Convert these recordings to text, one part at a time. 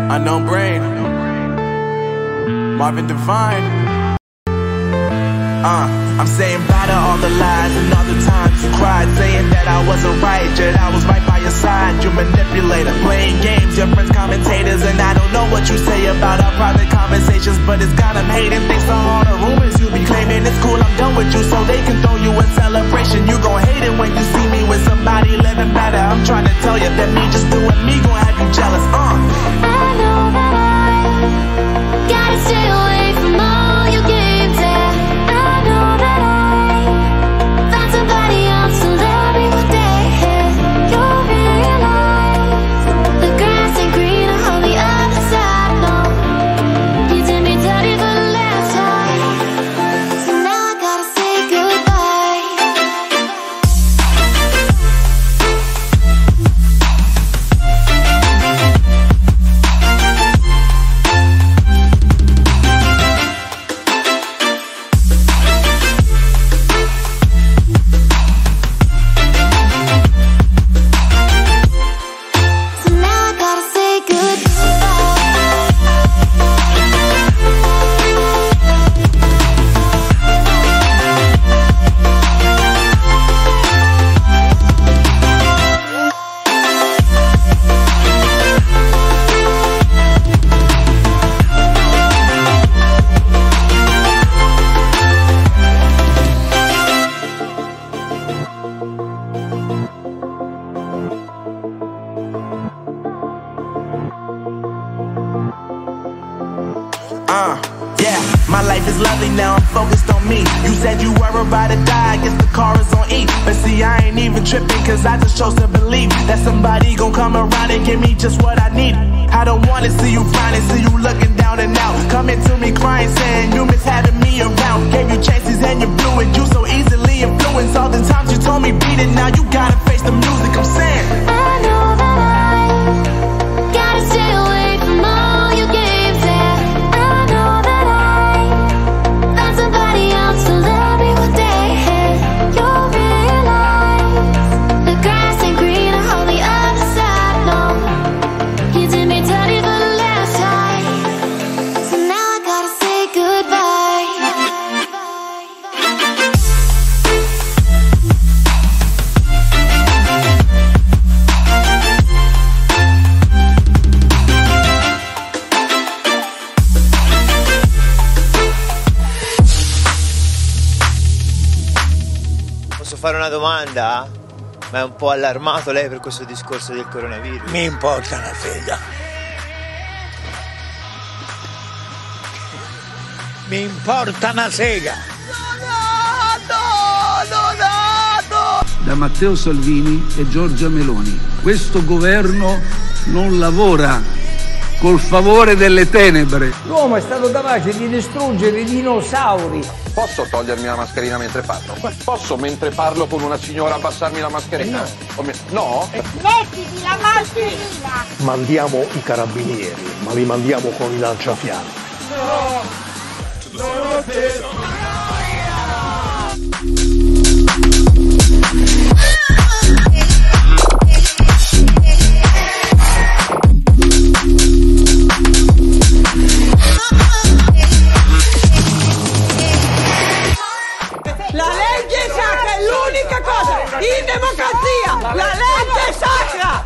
Unknown Brain, Marvin Devine. I'm saying bye to all the lies and all the times you cried, saying that I wasn't right, yet I was right by your side. You manipulator, playing games, your friends commentators, and I don't know what you say about our private conversations, but it's got them hating. Thanks to all the rumors you be claiming. It's cool, I'm done with you, so they can throw you a celebration. You gon' hate it when you see me with somebody living better. I'm trying to tell you that me just doing me gon' have you jealous. I know that I gotta stay away from all your games, yeah. I know that I found somebody else to love me one day. You'll realize the grass ain't greener on the other side, no. You did me dirty for the last time, so now I gotta say goodbye. So now I gotta say Yeah, my life is lovely now, I'm focused on me. You said you were about to die, I guess the car is on E. But see, I ain't even tripping, cause I just chose to believe that somebody gon' come around and give me just what I need. I don't wanna see you frowning, see you looking down and out, coming to me crying, saying you miss having me around. Gave you chances and you blew it, you so easily influenced. All the times you told me beat it, now you gotta face the music. I'm saying I know that I gotta stay away from all your games, yeah. I know that I found somebody else to love me one day. You'll realize the grass ain't greener on the other side, no. You did me dirty for the last time, so now I gotta say goodbye. Posso fare una domanda? Ma è un po' allarmato lei per questo discorso del coronavirus? Mi importa una sega. Mi importa una sega. Da Matteo Salvini e Giorgia Meloni. Questo governo non lavora col favore delle tenebre. L'uomo è stato capace di distruggere i dinosauri. Posso togliermi la mascherina mentre parlo? Posso mentre parlo con una signora abbassarmi la mascherina? No? Mettiti la mascherina! Mandiamo i carabinieri, ma li mandiamo con i lanciafiamme. La legge sacra è l'unica cosa in democrazia! La legge sacra!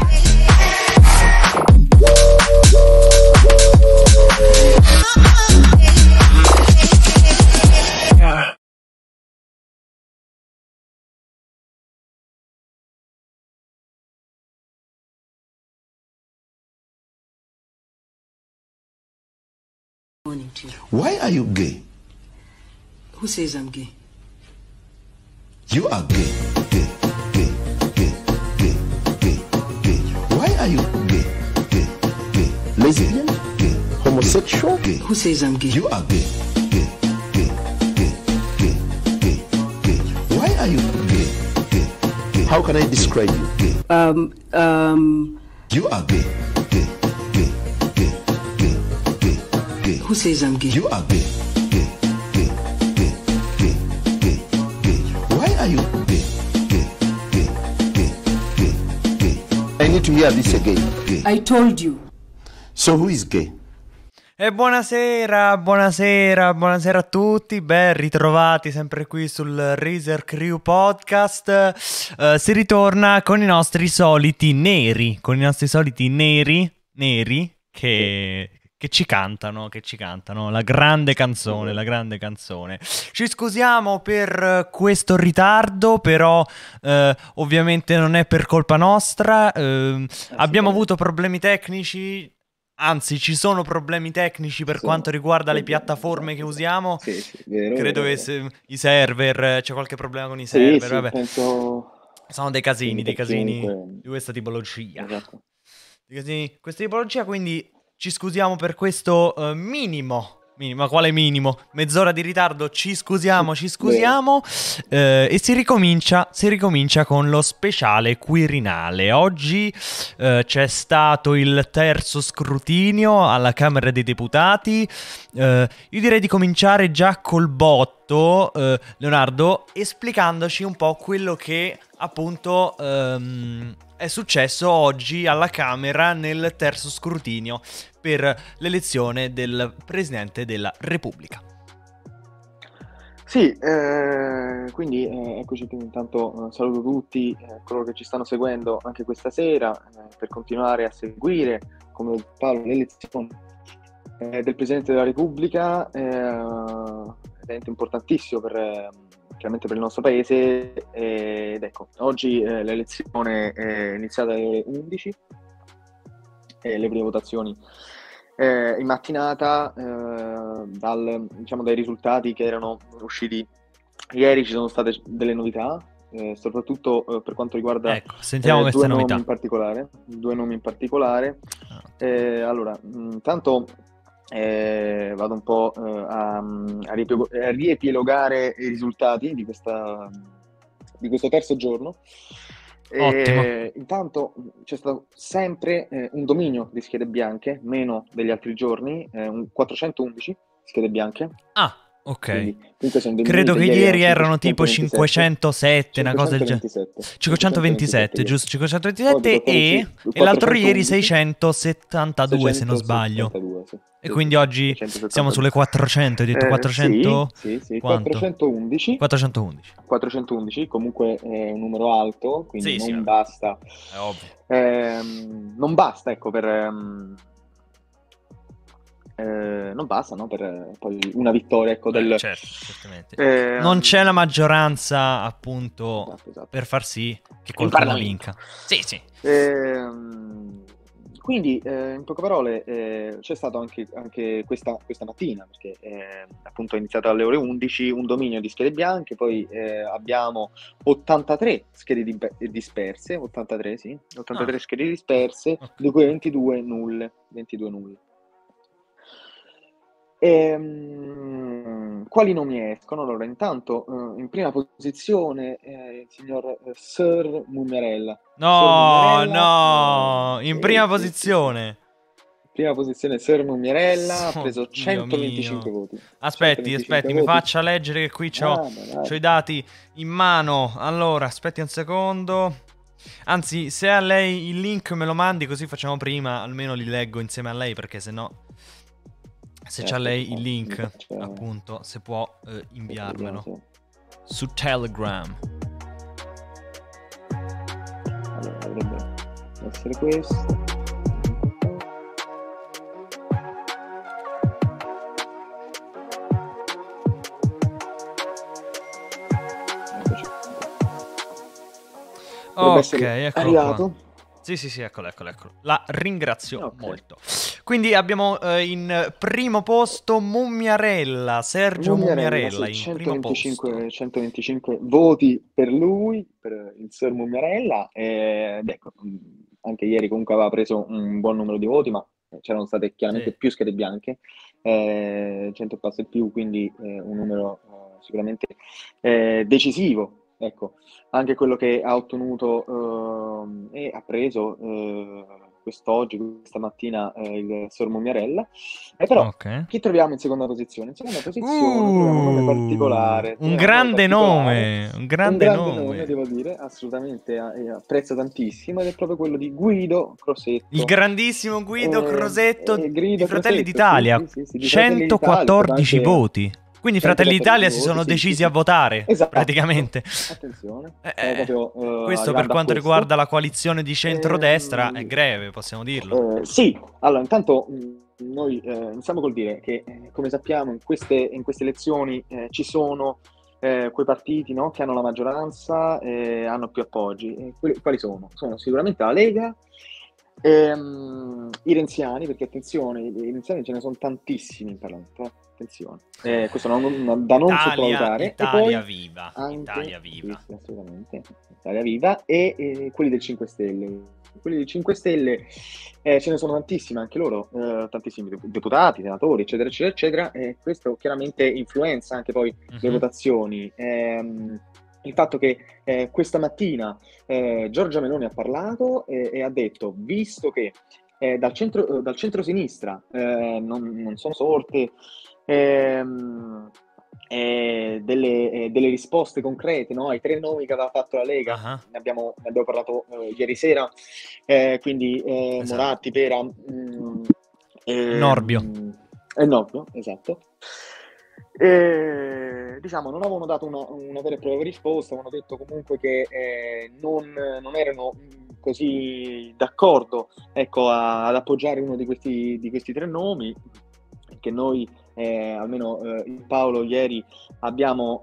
Why are you gay? Who says I'm gay? You are gay, gay, gay, gay, gay, gay, gay. Why are you gay, gay, gay? Lesbian, gay, homosexual, gay. Who says I'm gay? You are gay, gay, gay, gay, gay, gay, gay. Why are you gay, gay, gay? How can I describe you? Gay. You are gay, gay, gay, gay, gay, gay, gay. Who says I'm gay? You are gay, gay, gay, gay, gay, gay, gay. Why are you gay, gay, gay, gay, gay, gay? I need to hear this again. Gay. I told you. So who is gay? E buonasera a tutti, ben ritrovati sempre qui sul Razer Crew Podcast. Si ritorna con i nostri soliti neri, che ci cantano, la grande canzone. Ci scusiamo per questo ritardo, però ovviamente non è per colpa nostra, abbiamo avuto problemi tecnici. Anzi, ci sono problemi tecnici per quanto riguarda le piattaforme che usiamo. Sì, vero. Credo che i server, c'è qualche problema con i server. Vabbè. Penso... Sono dei casini di Chiunque... questa tipologia. Esatto. Questa tipologia, quindi ci scusiamo per questo minimo. Ma quale minimo? Mezz'ora di ritardo, ci scusiamo. E si ricomincia con lo speciale Quirinale. Oggi c'è stato il terzo scrutinio alla Camera dei Deputati. Io direi di cominciare già col botto, Leonardo, esplicandoci un po' quello che appunto è successo oggi alla Camera nel terzo scrutinio per l'elezione del Presidente della Repubblica. Sì, quindi eccoci qui. Intanto saluto tutti coloro che ci stanno seguendo anche questa sera per continuare a seguire, come Paolo, l'elezione del Presidente della Repubblica, evento importantissimo chiaramente per il nostro paese, ed ecco, oggi l'elezione è iniziata alle ore 11, le prime votazioni in mattinata. Dai risultati che erano usciti ieri ci sono state delle novità, soprattutto per quanto riguarda sentiamo queste novità. Due nomi in particolare. Allora, intanto vado un po' a riepilogare i risultati di questo terzo giorno. Intanto c'è stato sempre un dominio di schede bianche, meno degli altri giorni, 411 schede bianche. Ok. Credo che ieri erano tipo 507, una cosa del genere. 527, giusto? 527 e l'altro ieri 672, se non sbaglio. Sì. E quindi oggi siamo sulle 400, hai detto 400? Sì. Quanto? 411, comunque è un numero alto, quindi non basta. È ovvio. Non basta, ecco, non basta, no, per poi una vittoria, ecco, certo, certamente. Non c'è la maggioranza, appunto, esatto. Per far sì che qualcuno vinca. Sì. Quindi, in poche parole, c'è stato anche questa mattina, perché appunto è iniziato alle ore 11, un dominio di schede bianche, poi abbiamo 83 schede disperse, 83 schede disperse, Okay. di cui 22 nulle. Quali nomi escono? Allora, intanto in prima posizione il signor Sir Mummiarella. In prima posizione. Prima posizione Sir Mummiarella, ha preso 125 voti. Aspetti, mi faccia leggere che qui c'ho i dati in mano. Allora, aspetti un secondo. Anzi, se a lei il link me lo mandi, così facciamo prima, almeno li leggo insieme a lei, perché sennò... Se c'ha lei il link, appunto, se può inviarmelo su Telegram. Allora, dovrebbe essere questo. Ok, eccolo arrivato. Qua. Sì, eccolo. La ringrazio molto. Quindi abbiamo in primo posto Sergio Mummiarella, sì, in primo posto. 125 voti per lui, per il Sir Mummiarella, ed ecco, anche ieri comunque aveva preso un buon numero di voti, ma c'erano state chiaramente più schede bianche, 100 e passa in più, quindi un numero sicuramente decisivo. Ecco, anche quello che ha ottenuto e ha preso quest'oggi, questa mattina, il Sor Momiarella. Però chi troviamo in seconda posizione? In seconda posizione troviamo un nome particolare. Un grande nome, devo dire, assolutamente, e apprezzo tantissimo, ed è proprio quello di Guido Crosetto. Il grandissimo Guido Crosetto di Fratelli Crosetto, d'Italia, di Fratelli 114 d'Italia, voti. Quindi Fratelli d'Italia si sono decisi a votare, esatto. praticamente. Attenzione. Questo per quanto riguarda la coalizione di centrodestra è greve, possiamo dirlo. Sì, allora intanto noi iniziamo col dire che, come sappiamo, in queste elezioni ci sono quei partiti, no, che hanno la maggioranza e hanno più appoggi. Quali sono? Sono sicuramente la Lega, i renziani, perché attenzione, i renziani ce ne sono tantissimi in Parlamento, attenzione, questo da non sottovalutare. Italia e poi Viva, anche, Italia Viva. sì, assolutamente, Italia Viva, e quelli del 5 Stelle. Quelli del 5 Stelle ce ne sono tantissimi, anche loro, tantissimi deputati, senatori, eccetera, eccetera, eccetera, e questo chiaramente influenza anche poi le votazioni. Il fatto che questa mattina Giorgia Meloni ha parlato e ha detto, visto che dal centro-sinistra non sono sorte delle risposte concrete, no, ai 3 nomi che aveva fatto la Lega, ne abbiamo parlato ieri sera, quindi esatto. Moratti, Pera, Nordio, esatto. Diciamo non avevano dato una vera e propria risposta, avevano detto comunque che non erano così d'accordo, ecco, ad appoggiare uno di questi 3 nomi, che noi almeno Paolo ieri abbiamo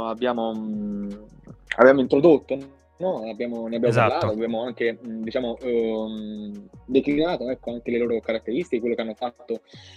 introdotto, no? Ne abbiamo parlato, abbiamo anche declinato, ecco, anche le loro caratteristiche, quello che hanno fatto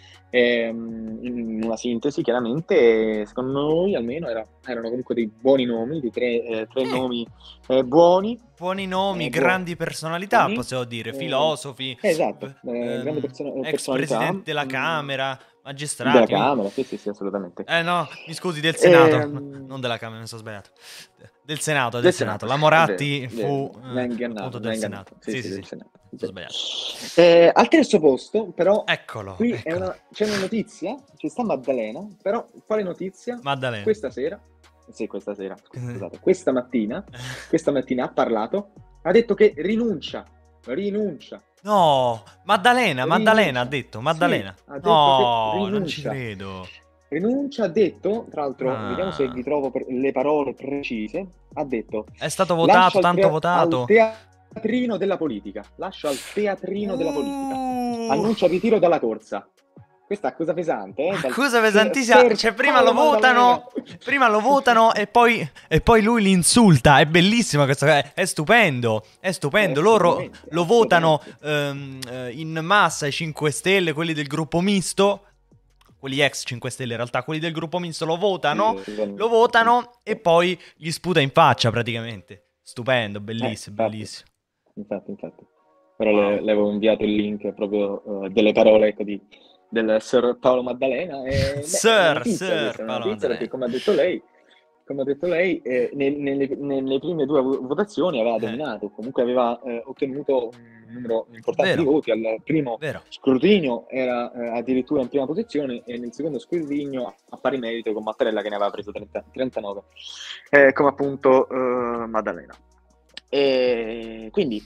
in una sintesi. Chiaramente secondo noi almeno erano comunque dei buoni nomi, di tre nomi buoni nomi, grandi personalità, possiamo dire, filosofi, esatto, grandi personalità, ex presidente della Camera, magistrati della Camera, sì, assolutamente. No, mi scusi, del Senato, non della Camera, mi sono sbagliato. Del Senato. La Moratti fu appunto del Senato. Sì, del Senato. Sbagliato. Al terzo posto, però, eccolo. C'è una notizia, ci sta Maddalena, però quale notizia? Maddalena. Questa sera, scusate, questa mattina ha parlato, ha detto che rinuncia. No, Maddalena ha detto, Maddalena. Sì, ha detto no, non ci credo. Rinuncia, ha detto, tra l'altro, vediamo se vi trovo le parole precise, ha detto: è stato votato, tanto votato. Al teatrino della politica, lascio al teatrino della politica, annuncia ritiro dalla corsa. Questa accusa pesante, accusa pesantissima, cioè prima lo votano e poi lui li insulta. È bellissima questa, è stupendo, loro lo votano in massa, i 5 Stelle, quelli del gruppo misto, quelli ex 5 Stelle in realtà, quelli del gruppo misto lo votano e poi gli sputa in faccia praticamente. Stupendo, bellissimo, bellissimo. Infatti. Però le avevo inviato il link proprio delle parole, ecco, del Sir Paolo Maddalena. Sir Paolo Maddalena. Perché come ha detto lei, nelle prime 2 votazioni aveva dominato, comunque aveva ottenuto un numero importante di voti. Al primo scrutinio era addirittura in prima posizione, e nel secondo scrutinio a pari merito con Mattarella, che ne aveva preso 39, come appunto Maddalena. E quindi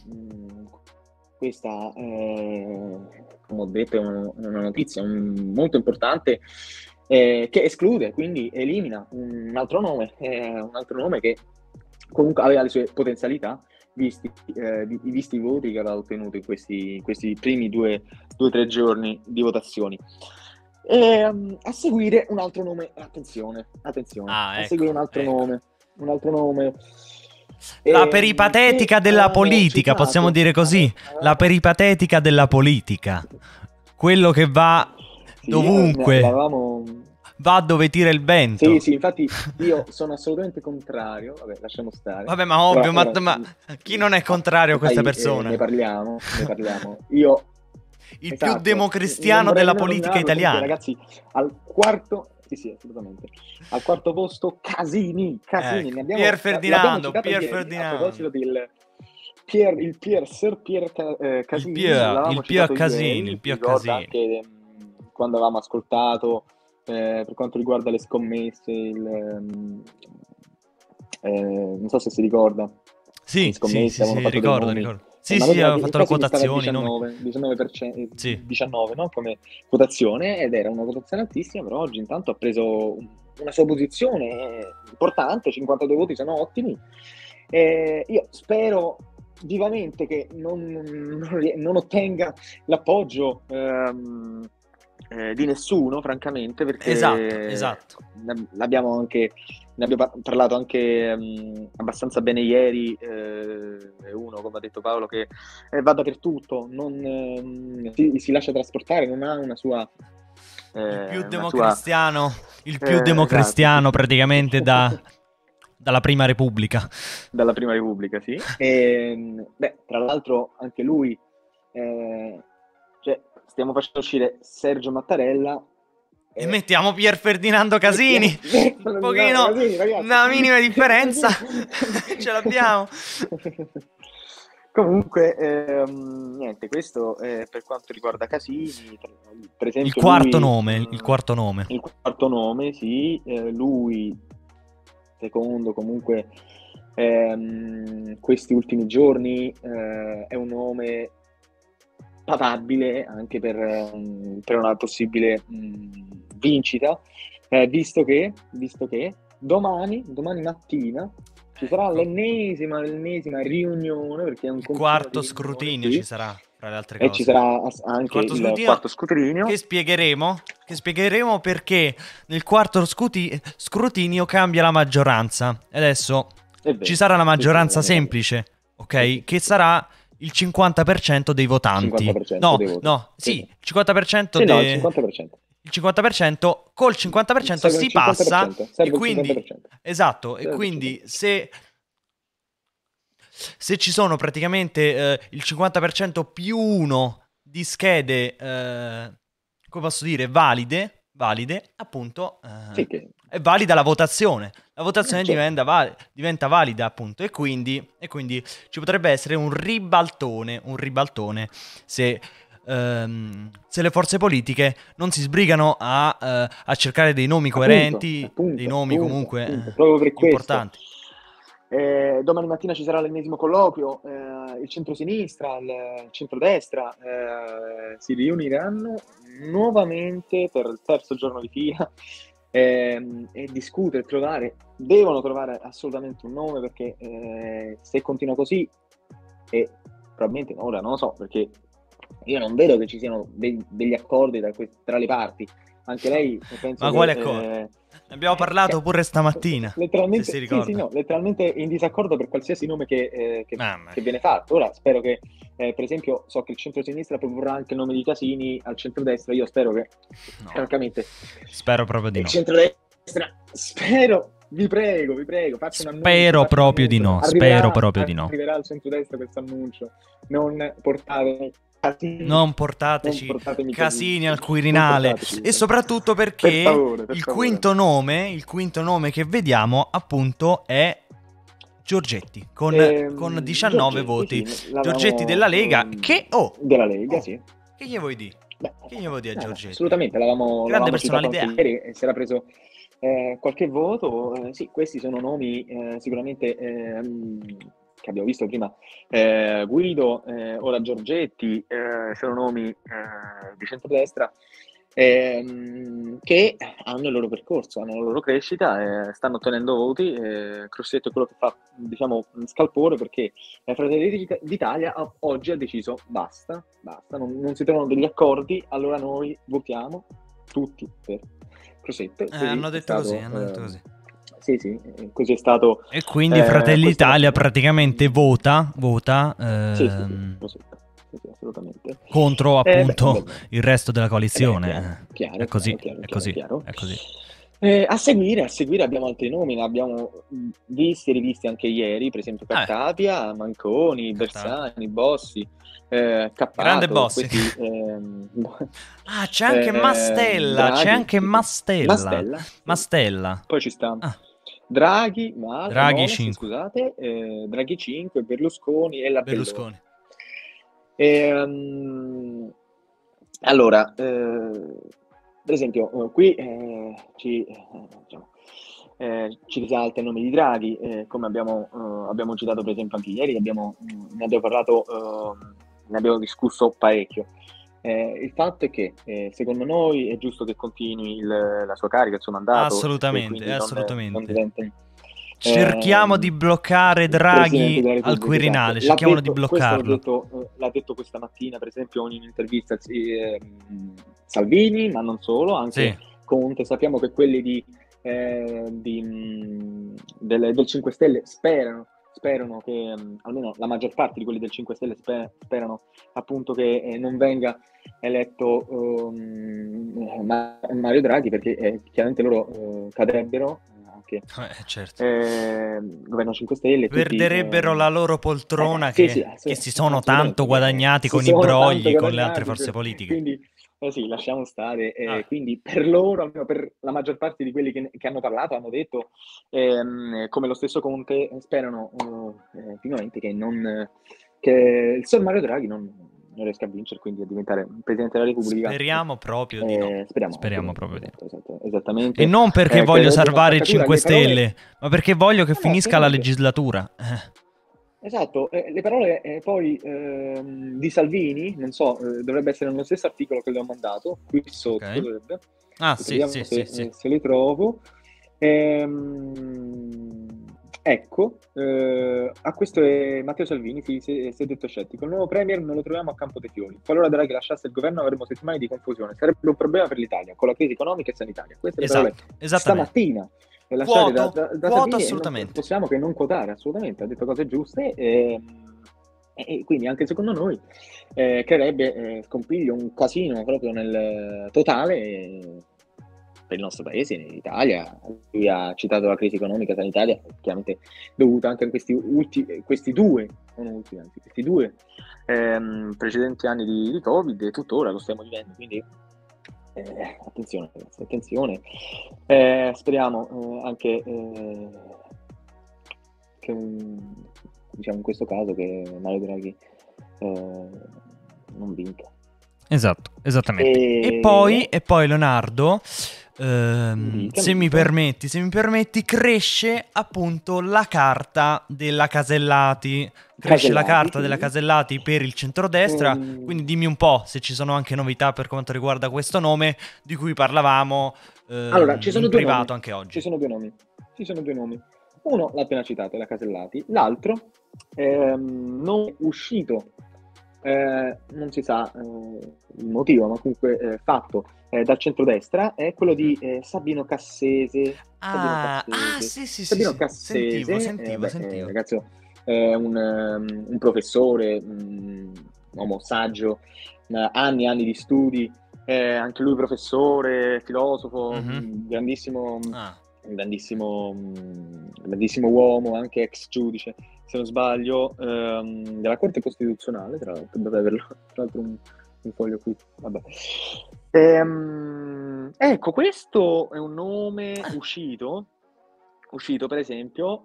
questa, come ho detto, è una notizia molto importante, che esclude, quindi elimina un altro nome che comunque aveva le sue potenzialità, visti i voti che aveva ottenuto in questi primi 2-3 giorni di votazioni. E a seguire un altro nome, attenzione, a seguire un altro nome. La peripatetica della politica, possiamo dire così. La peripatetica della politica. Quello che va dovunque. Va dove tira il vento. Sì, infatti io sono assolutamente contrario. Vabbè, lasciamo stare. Vabbè, ma ovvio, ma chi non è contrario a questa persona? Ne parliamo. Io il più democristiano della politica italiana. Ragazzi, al quarto... Sì, assolutamente. Al quarto posto Casini. Ne abbiamo, Pier Ferdinando. A proposito Sir Pierre Casini, l'avevamo il Pio citato Casini, ieri, il Pio ricorda Casini. anche quando avevamo ascoltato per quanto riguarda le scommesse, non so se si ricorda. Sì, le scommesse, avevano fatto dei nomi. ricordo. Sì, Ma aveva il fatto le Casini stava a quotazioni. 19%, Sì. 19, no? Come quotazione, ed era una quotazione altissima, però oggi intanto ha preso una sua posizione importante, 52 voti sono ottimi. Io spero vivamente che non ottenga l'appoggio di nessuno, francamente, perché Esatto. ne abbiamo parlato anche abbastanza bene ieri. Uno, come ha detto Paolo, che va dappertutto, si lascia trasportare, non ha una sua Il più una democristiano, esatto. praticamente dalla Prima Repubblica. Dalla Prima Repubblica, sì. Tra l'altro anche lui, cioè, stiamo facendo uscire Sergio Mattarella e mettiamo Pier Ferdinando Casini. Un pochino, Casini, una minima differenza ce l'abbiamo. Comunque, niente, questo per quanto riguarda Casini, per esempio Il quarto nome, sì, lui, secondo comunque questi ultimi giorni, è un nome papabile anche per una possibile vincita, visto che domani mattina ci sarà l'ennesima riunione, perché è un quarto scrutinio, ci sarà, fra le altre cose. E ci sarà anche il quarto scrutinio che spiegheremo perché nel quarto scrutinio cambia la maggioranza. E adesso ci sarà la maggioranza semplice, ok? Che sarà il 50% dei votanti. 50% dei voti. Sì, il 50% sì, no, il 50%. Il 50%, col 50% si passa, e quindi 50%. esatto, e quindi se ci sono praticamente il 50% più 1 di schede, come posso dire, valide, appunto, è valida la votazione. La votazione diventa valida, appunto, e quindi ci potrebbe essere un ribaltone se le forze politiche non si sbrigano a cercare dei nomi coerenti, dei nomi comunque proprio per importanti. Domani mattina ci sarà l'ennesimo colloquio, il centro-sinistra, il centrodestra si riuniranno nuovamente per il terzo giorno di fila e discutere, devono trovare assolutamente un nome, perché se continua così, e probabilmente ora non lo so, perché io non vedo che ci siano degli accordi tra le parti. Anche lei penso. Ma quale accordo? Ne abbiamo parlato pure stamattina. Letteralmente, se si ricorda. Sì, no, letteralmente in disaccordo per qualsiasi nome che viene fatto. Ora spero che, per esempio, so che il centro-sinistra proporrà anche il nome di Casini al centrodestra. Io spero che, francamente, spero proprio di no. Il centrodestra, spero. Vi prego, faccio un annuncio. Spero proprio di no. Arriverà al centrodestra questo annuncio. Non portateci Casini al Quirinale, e soprattutto perché per favore. Il quinto nome che vediamo, appunto, è Giorgetti con 19 voti. Sì, Giorgetti della Lega, della Lega, sì. Che gli vuoi dire? Che gli vuoi dire a Giorgetti? Assolutamente, l'avevamo personalità. Ieri e si era preso qualche voto. Sì, questi sono nomi sicuramente che abbiamo visto prima, Guido, ora Giorgetti, sono nomi di centrodestra che hanno il loro percorso, hanno la loro crescita, stanno ottenendo voti. Crosetto è quello che fa, diciamo, scalpore, perché Fratelli d'Italia oggi ha deciso basta, non si trovano degli accordi, allora noi votiamo tutti per Crosetto. Hanno detto così. Sì, così è stato. E quindi Fratelli d'Italia praticamente vota sì, assolutamente. contro, appunto, il resto della coalizione. Chiaro, è così. A seguire abbiamo altri nomi, ne abbiamo visti e rivisti anche ieri, per esempio Cartabia, Manconi, Bersani, Bossi, Cappato. Grande Bossi. C'è anche Mastella, Draghi, c'è anche Mastella. Mastella. Poi ci sta Draghi, ma Draghi Moles, 5. scusate, Draghi 5, Berlusconi e la Berlusconi. Allora, per esempio, qui ci risalta il nome di Draghi, come abbiamo citato per esempio anche ieri, ne abbiamo parlato, ne abbiamo discusso parecchio. Il fatto è che secondo noi è giusto che continui la sua carica, il suo mandato. Assolutamente, assolutamente. Non diventi, cerchiamo di bloccare Draghi al Quirinale, esatto. cerchiamo di bloccarlo. L'ha detto questa mattina, per esempio, in un'intervista Salvini, ma non solo, anche Conte. Sappiamo che quelli del 5 Stelle sperano che almeno la maggior parte di quelli del 5 Stelle sperano appunto che non venga eletto Mario Draghi, perché chiaramente loro cadrebbero anche governo 5 Stelle, perderebbero la loro poltrona che si sono tanto guadagnati con i brogli con le altre forze politiche. Quindi lasciamo stare. Quindi per loro, almeno per la maggior parte di quelli che hanno parlato, hanno detto, come lo stesso Conte, sperano vivamente che il signor Mario Draghi non riesca a vincere, quindi a diventare Presidente della Repubblica. Speriamo proprio di no. Speriamo proprio di no. Esatto, esattamente. E non perché voglio salvare il 5 Stelle, ma perché voglio che finisca la legislatura. Esatto, le parole poi di Salvini, non so, dovrebbe essere nello stesso articolo che le ho mandato, qui sotto dovrebbe. Sì. Se li trovo. Ecco, a questo è Matteo Salvini, si è detto scettico. Il nuovo Premier non lo troviamo a campo dei fiori. Qualora Draghi lasciasse il governo avremo settimane di confusione. Sarebbe un problema per l'Italia, con la crisi economica e sanitaria. Queste le parole stamattina. Lasciare da Salvini, assolutamente. Possiamo che non quotare, assolutamente. Ha detto cose giuste e quindi anche secondo noi creerebbe scompiglio, un casino proprio nel totale per il nostro paese, in Italia. Lui ha citato la crisi economica sanitaria, chiaramente dovuta anche a questi due precedenti anni di Covid, e tuttora lo stiamo vivendo, quindi attenzione ragazzi, attenzione. Speriamo anche che diciamo in questo caso che Mario Draghi non vinca. Esatto, esattamente. E poi Leonardo, se mi permetti, cresce appunto la carta della Casellati. Cresce la carta della Casellati per il centrodestra, quindi dimmi un po' se ci sono anche novità per quanto riguarda questo nome di cui parlavamo allora, ci sono in due privato nomi. anche oggi. Ci sono due nomi. Uno l'ha appena citato, è la Casellati. L'altro non uscito, non si sa il motivo, ma comunque fatto dal centrodestra, è quello di Sabino Cassese. Sabino Cassese. Sentivo. Ragazzi, è un professore, un uomo saggio, anni e anni di studi, anche lui professore, filosofo, grandissimo uomo, anche ex giudice, se non sbaglio, della Corte Costituzionale, tra l'altro, dovrebbe averlo, tra l'altro un foglio qui, vabbè. Ecco, questo è un nome uscito per esempio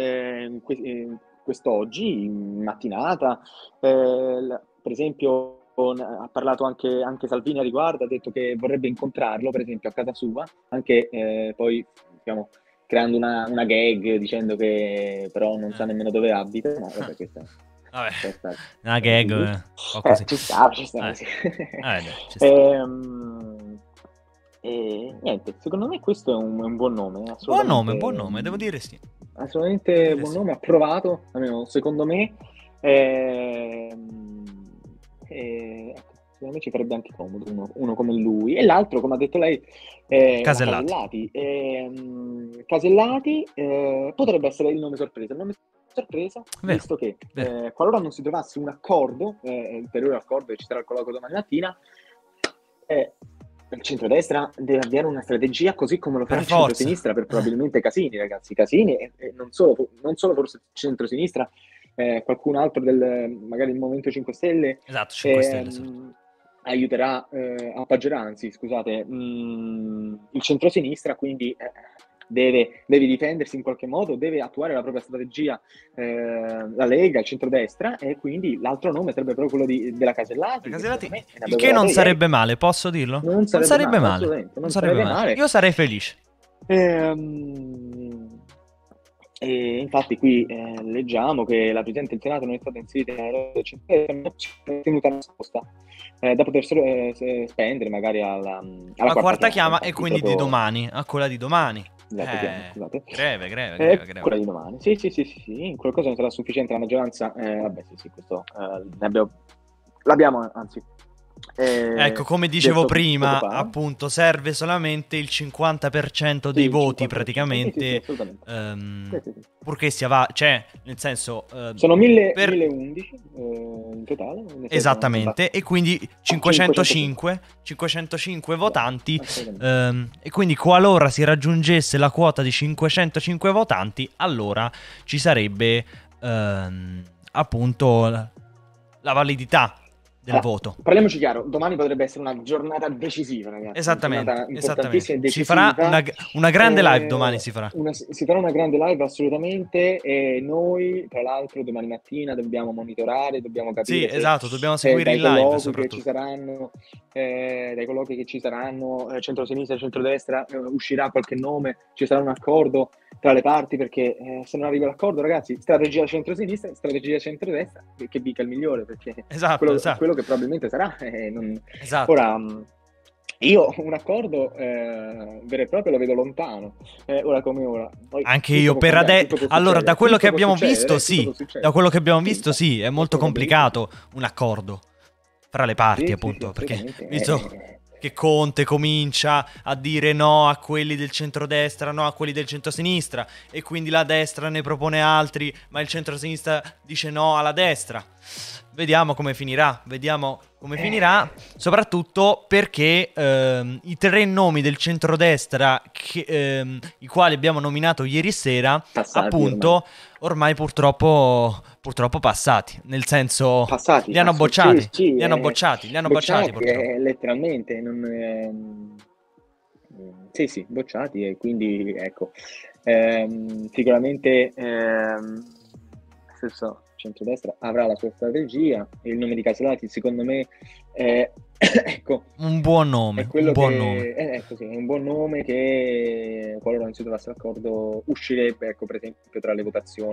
quest'oggi in mattinata, per esempio ha parlato anche Salvini a riguardo, ha detto che vorrebbe incontrarlo per esempio a casa sua, anche poi diciamo creando una gag dicendo che però non sa nemmeno dove abita, no, vabbè, questa una gag ci sta sì. E niente, secondo me questo è un buon nome, buon nome, devo dire sì. Assolutamente buon nome, approvato, almeno secondo me. Secondo me ci farebbe anche comodo uno come lui. E l'altro, come ha detto lei, Casellati. Casellati potrebbe essere il nome sorpresa. Il nome sorpresa, visto che qualora non si trovasse un accordo, ulteriore accordo, e ci sarà il colloquio domani mattina, il centrodestra deve avviare una strategia così come lo farà il centrosinistra per probabilmente Casini, ragazzi. Casini e non solo forse il centrosinistra, qualcun altro magari il Movimento 5 Stelle, 5 Stelle aiuterà, appoggerà, anzi scusate, il centrosinistra, quindi deve difendersi in qualche modo, deve attuare la propria strategia, la Lega, il centrodestra, e quindi l'altro nome sarebbe proprio quello della Casellati. Il che non sarebbe male, posso dirlo? Non sarebbe male. Non sarebbe male. Io sarei felice. E infatti qui leggiamo che la Presidente del Senato non è stata inserita nella centrodestra, tenuta nascosta da poter spendere magari alla quarta chiama, e quindi di domani, a quella di domani. Scusate. Greve. Quella di domani. Sì, in qualcosa non sarà sufficiente la maggioranza. Questo l'abbiamo, anzi. Ecco, come dicevo prima, appunto, serve solamente il 50% dei voti, praticamente, purché sia cioè, nel senso, sono 1011 in totale. Esattamente, e quindi 505 votanti, e quindi qualora si raggiungesse la quota di 505 votanti, allora ci sarebbe appunto la validità del voto. Parliamoci chiaro, domani potrebbe essere una giornata decisiva, ragazzi. Esattamente. Si farà una grande live domani, si farà una grande live, assolutamente, e noi tra l'altro domani mattina dobbiamo monitorare, dobbiamo capire dobbiamo seguire in live soprattutto. Che ci saranno, dai colloqui che ci saranno, centrosinistra, centrodestra, uscirà qualche nome, ci sarà un accordo tra le parti, perché se non arriva l'accordo, ragazzi, strategia centrosinistra, strategia centrodestra, che dica il migliore, perché quello che probabilmente sarà. Ora, io un accordo vero e proprio lo vedo lontano, ora come ora. Poi, anche io per adesso. Allora, da quello che abbiamo visto, sì, è molto complicato un accordo fra le parti, appunto, perché visto che Conte comincia a dire no a quelli del centrodestra, no a quelli del centrosinistra, e quindi la destra ne propone altri, ma il centrosinistra dice no alla destra. Vediamo come finirà, soprattutto perché i 3 nomi del centrodestra i quali abbiamo nominato ieri sera, appunto, ormai purtroppo passati, nel senso li hanno bocciati, li hanno bocciati purtroppo. Letteralmente bocciati, e quindi ecco, sicuramente stesso centrodestra avrà la sua strategia. Il nome di Casellati, secondo me, ecco, un buon nome, è un buon nome che, qualora non si trovasse d'accordo, uscirebbe, ecco, per esempio tra le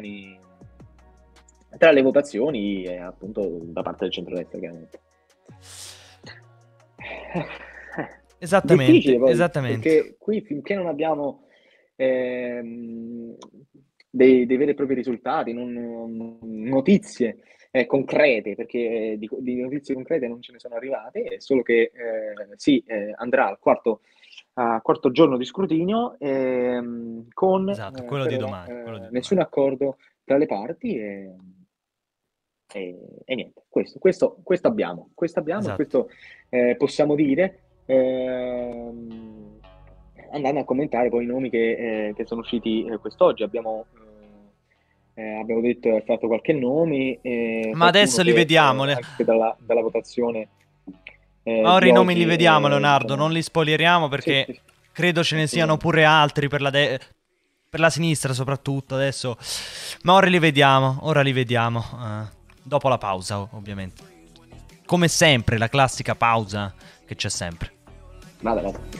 votazioni appunto da parte del centrodestra, chiaramente. Esattamente. Perché qui, finché non abbiamo dei veri e propri risultati, non notizie concrete, perché di notizie concrete non ce ne sono arrivate, è solo che andrà al quarto giorno di scrutinio con quello di domani, nessun accordo tra le parti, e niente, questo abbiamo, questo possiamo dire, andando a commentare poi i nomi che sono usciti quest'oggi. Abbiamo detto, fatto qualche nome, ma adesso li vediamo anche dalla votazione. Ora i nomi li vediamo, Leonardo, non li spoileriamo, perché credo ce ne siano pure altri per la sinistra soprattutto adesso, ma ora li vediamo dopo la pausa, ovviamente, come sempre, la classica pausa che c'è sempre. Vado.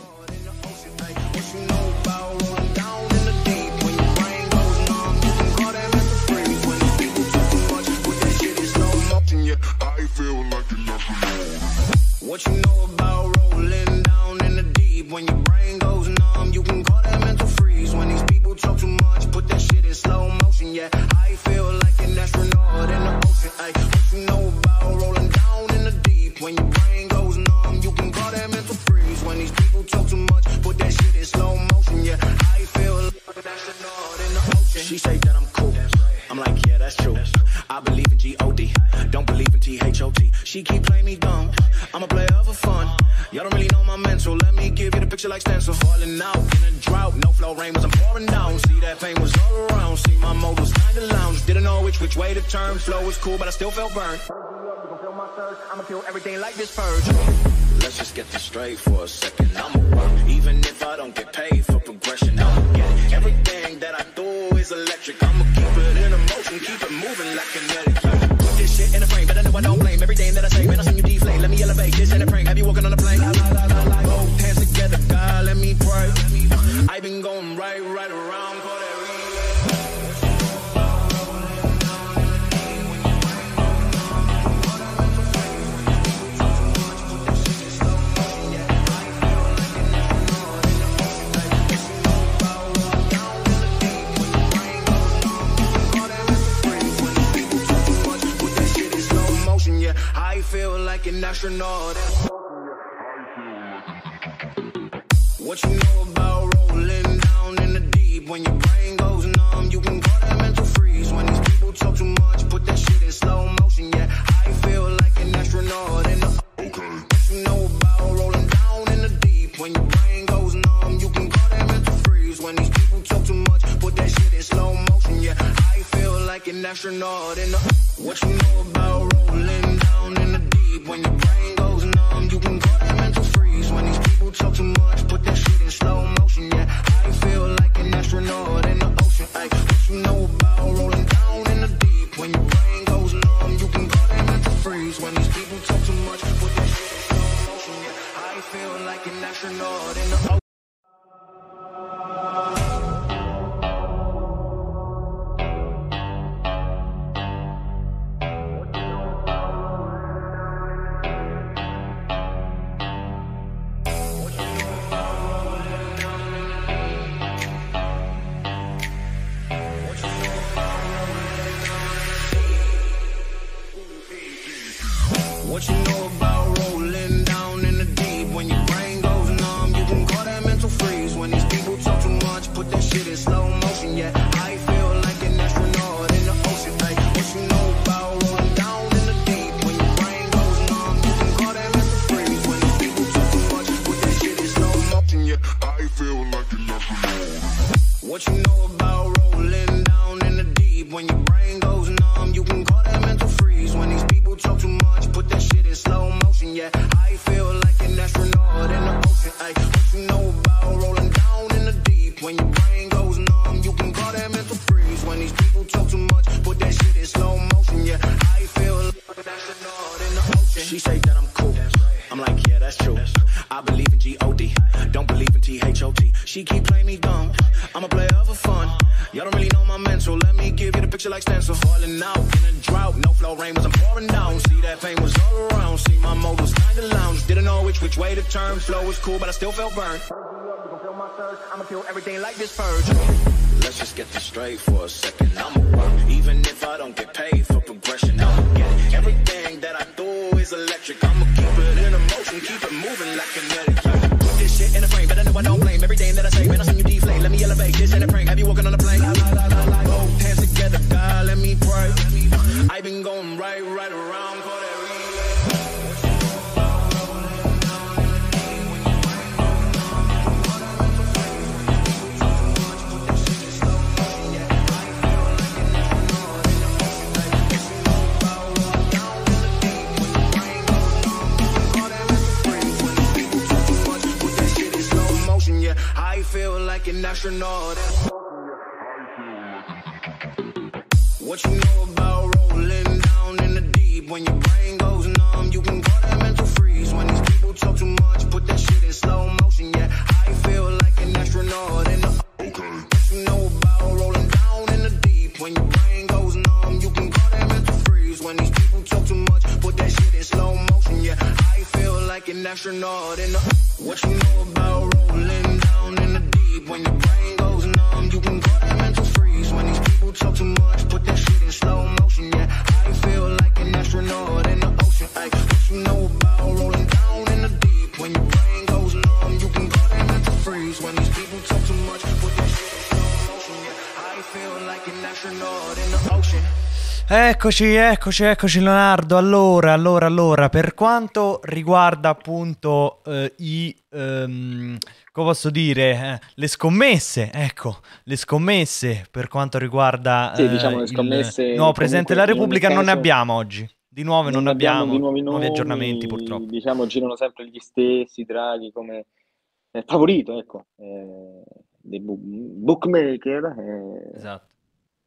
What you know about rolling down in the deep? When your brain goes numb, you can call that mental freeze. When these people talk too much, put that shit in slow motion. Yeah, I feel like an astronaut in the ocean. Ay, what you know about rolling down in the deep? When your brain goes numb, you can call that mental freeze. When these people talk too much, put that shit in slow motion. Yeah, I feel like an astronaut in the ocean. She say that I'm cool. I'm like, yeah, that's true. I believe in G-O-D, don't believe in T-H-O-T. She keep playing me dumb, I'm a player for fun. Y'all don't really know my mental, let me give you the picture like stencil. Falling out in a drought, no flow rain was I'm pouring down. See that pain was all around, see my mode was kinda lounge. Didn't know which way to turn, flow was cool but I still felt burned. You gon' feel my surge, I'ma kill everything like this purge. Let's just get this straight for a second, I'ma work, even if I don't get paid for progression, I'ma get it. electric. I'ma keep it in motion, keep it moving like kinetic. Put this shit in a frame, but I know I don't blame every day that I say. Man, I seen you deflate. Let me elevate. This ain't a prank. Have you walking on a plane? Both hands together, God, let me pray. I've been going right around for that reason. I feel like an astronaut. What you know about rolling down in the deep? When your brain goes numb, you can call that mental freeze. When these people talk too much, put that shit in slow motion. Yeah, I feel like an astronaut in the What you know about rolling down in the deep? When your brain goes numb, you can call that mental freeze. When these people talk too much, put that shit in slow motion. Yeah, I feel like an astronaut in the What you know about rolling down in the deep? When your brain goes numb, you can call that mental freeze. When these people talk too much, put that shit in slow motion. Yeah, I feel like an astronaut in the ocean. Ay, what you know about rolling down in the deep? When your brain goes numb, you can call that mental freeze. When these people talk too much, put that shit in slow motion. Yeah, I feel like an astronaut in the ocean. What you know about rolling down in the deep? When your brain goes numb, you can call that mental freeze. When these people talk too much, put that shit in slow motion. Yeah, I feel like an astronaut in the ocean. Ay, what you know about rolling down in the deep? When your brain goes numb, you can call that mental freeze. When these people talk too much, put that shit in slow motion. Yeah, I feel like an astronaut. What you know about rolling down in the deep? When your brain goes numb, you can call that mental freeze. When these people talk too much, put that shit in slow motion. Yeah, I feel like an astronaut in the ocean. Ay, what you know about rolling down in the deep? When your brain goes numb, you can call that mental freeze. When these people talk too much, put that shit in slow motion. Yeah, I feel like an astronaut in the ocean. She say that I'm cool. I'm like, yeah, that's true. I believe in G-O-D, don't believe in T-H-O-T. She keep playing me dumb, I'm a player for fun. Y'all don't really know my mental, let me give you the picture like stencil. Falling out in a drought, no flow, rain was pouring down. See that pain was all around, see my mode was kinda lounge. Didn't know which way to turn, flow was cool but I still felt burned. I'ma kill everything like this purge. Let's just get this straight for a second. I'ma work, even if I don't get paid for progression. I'ma get it. Everything that I do is electric. I'ma keep it in motion, keep it moving like kinetic. Put this shit in a frame, but I know I don't blame every day that I say. Man, I seen you deflate. Let me elevate. This ain't a prank. Have you walking on a plane? Both hands together, God, let me pray. I've been going right around for that reason. I feel like an astronaut. What you know about rolling down in the deep? When your brain goes numb, you can call that mental freeze. When these people talk too much, put that shit in slow motion. Yeah, I feel like an astronaut in the What you know about rolling down in the deep? When your brain goes numb, you can call that mental freeze. When these people talk too much, put that shit in slow motion. Yeah, I feel like an astronaut in the What you know about rolling down in the deep? When your brain goes numb, you can call that mental freeze. When these people talk too much, put that shit in slow motion. Yeah, I feel like an astronaut in the ocean. Ay, what you know about rolling down in the deep? When your brain goes numb, you can call that mental freeze. When these people talk too much, put that shit in slow motion. Yeah, I feel like an astronaut in the ocean. Eccoci Leonardo. Allora, per quanto riguarda appunto come posso dire, le scommesse, ecco, le scommesse per quanto riguarda diciamo le scommesse, il nuovo Presidente della Repubblica caso, non ne abbiamo oggi. Di nuovo non abbiamo di nuovi nuovi aggiornamenti purtroppo. Diciamo girano sempre gli stessi, Draghi come favorito, ecco, dei bookmaker. Esatto.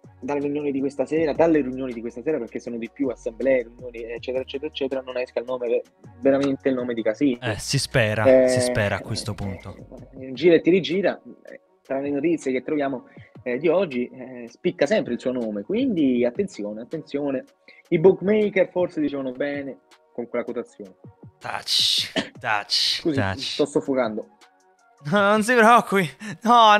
dalle riunioni di questa sera, perché sono di più, assemblee, riunioni, eccetera, eccetera, eccetera, non esca il nome, veramente il nome di Casini. Si spera a questo punto. Gira e ti rigira, tra le notizie che troviamo di oggi, spicca sempre il suo nome, quindi attenzione. I bookmaker forse dicevano bene con quella quotazione. Touch. Scusi, sto soffocando. No, non si preoccupi. No,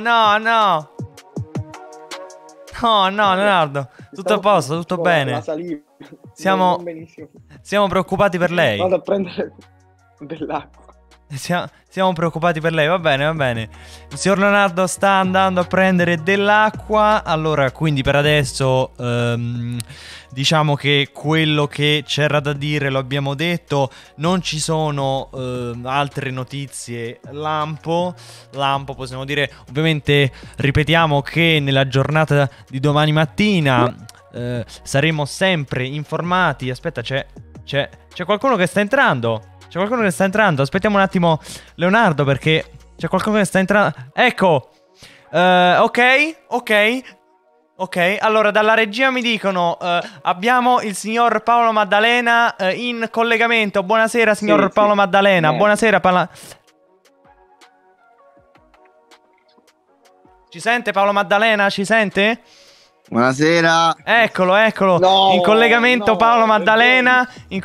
Leonardo. Tutto a posto, tutto bene. La saliva. Siamo preoccupati per lei. Vado a prendere dell'acqua. Siamo preoccupati per lei, va bene. Il signor Leonardo sta andando a prendere dell'acqua. Allora, quindi per adesso diciamo che quello che c'era da dire lo abbiamo detto. Non ci sono altre notizie lampo, possiamo dire. Ovviamente ripetiamo che nella giornata di domani mattina saremo sempre informati. Aspetta, c'è qualcuno che sta entrando. Aspettiamo un attimo Leonardo, perché c'è qualcuno che sta entrando. Ecco. Ok, allora dalla regia mi dicono abbiamo il signor Paolo Maddalena in collegamento. Buonasera signor Paolo Maddalena. Buonasera Ci sente Paolo Maddalena? Ci sente? Buonasera. Eccolo. In collegamento Paolo Maddalena.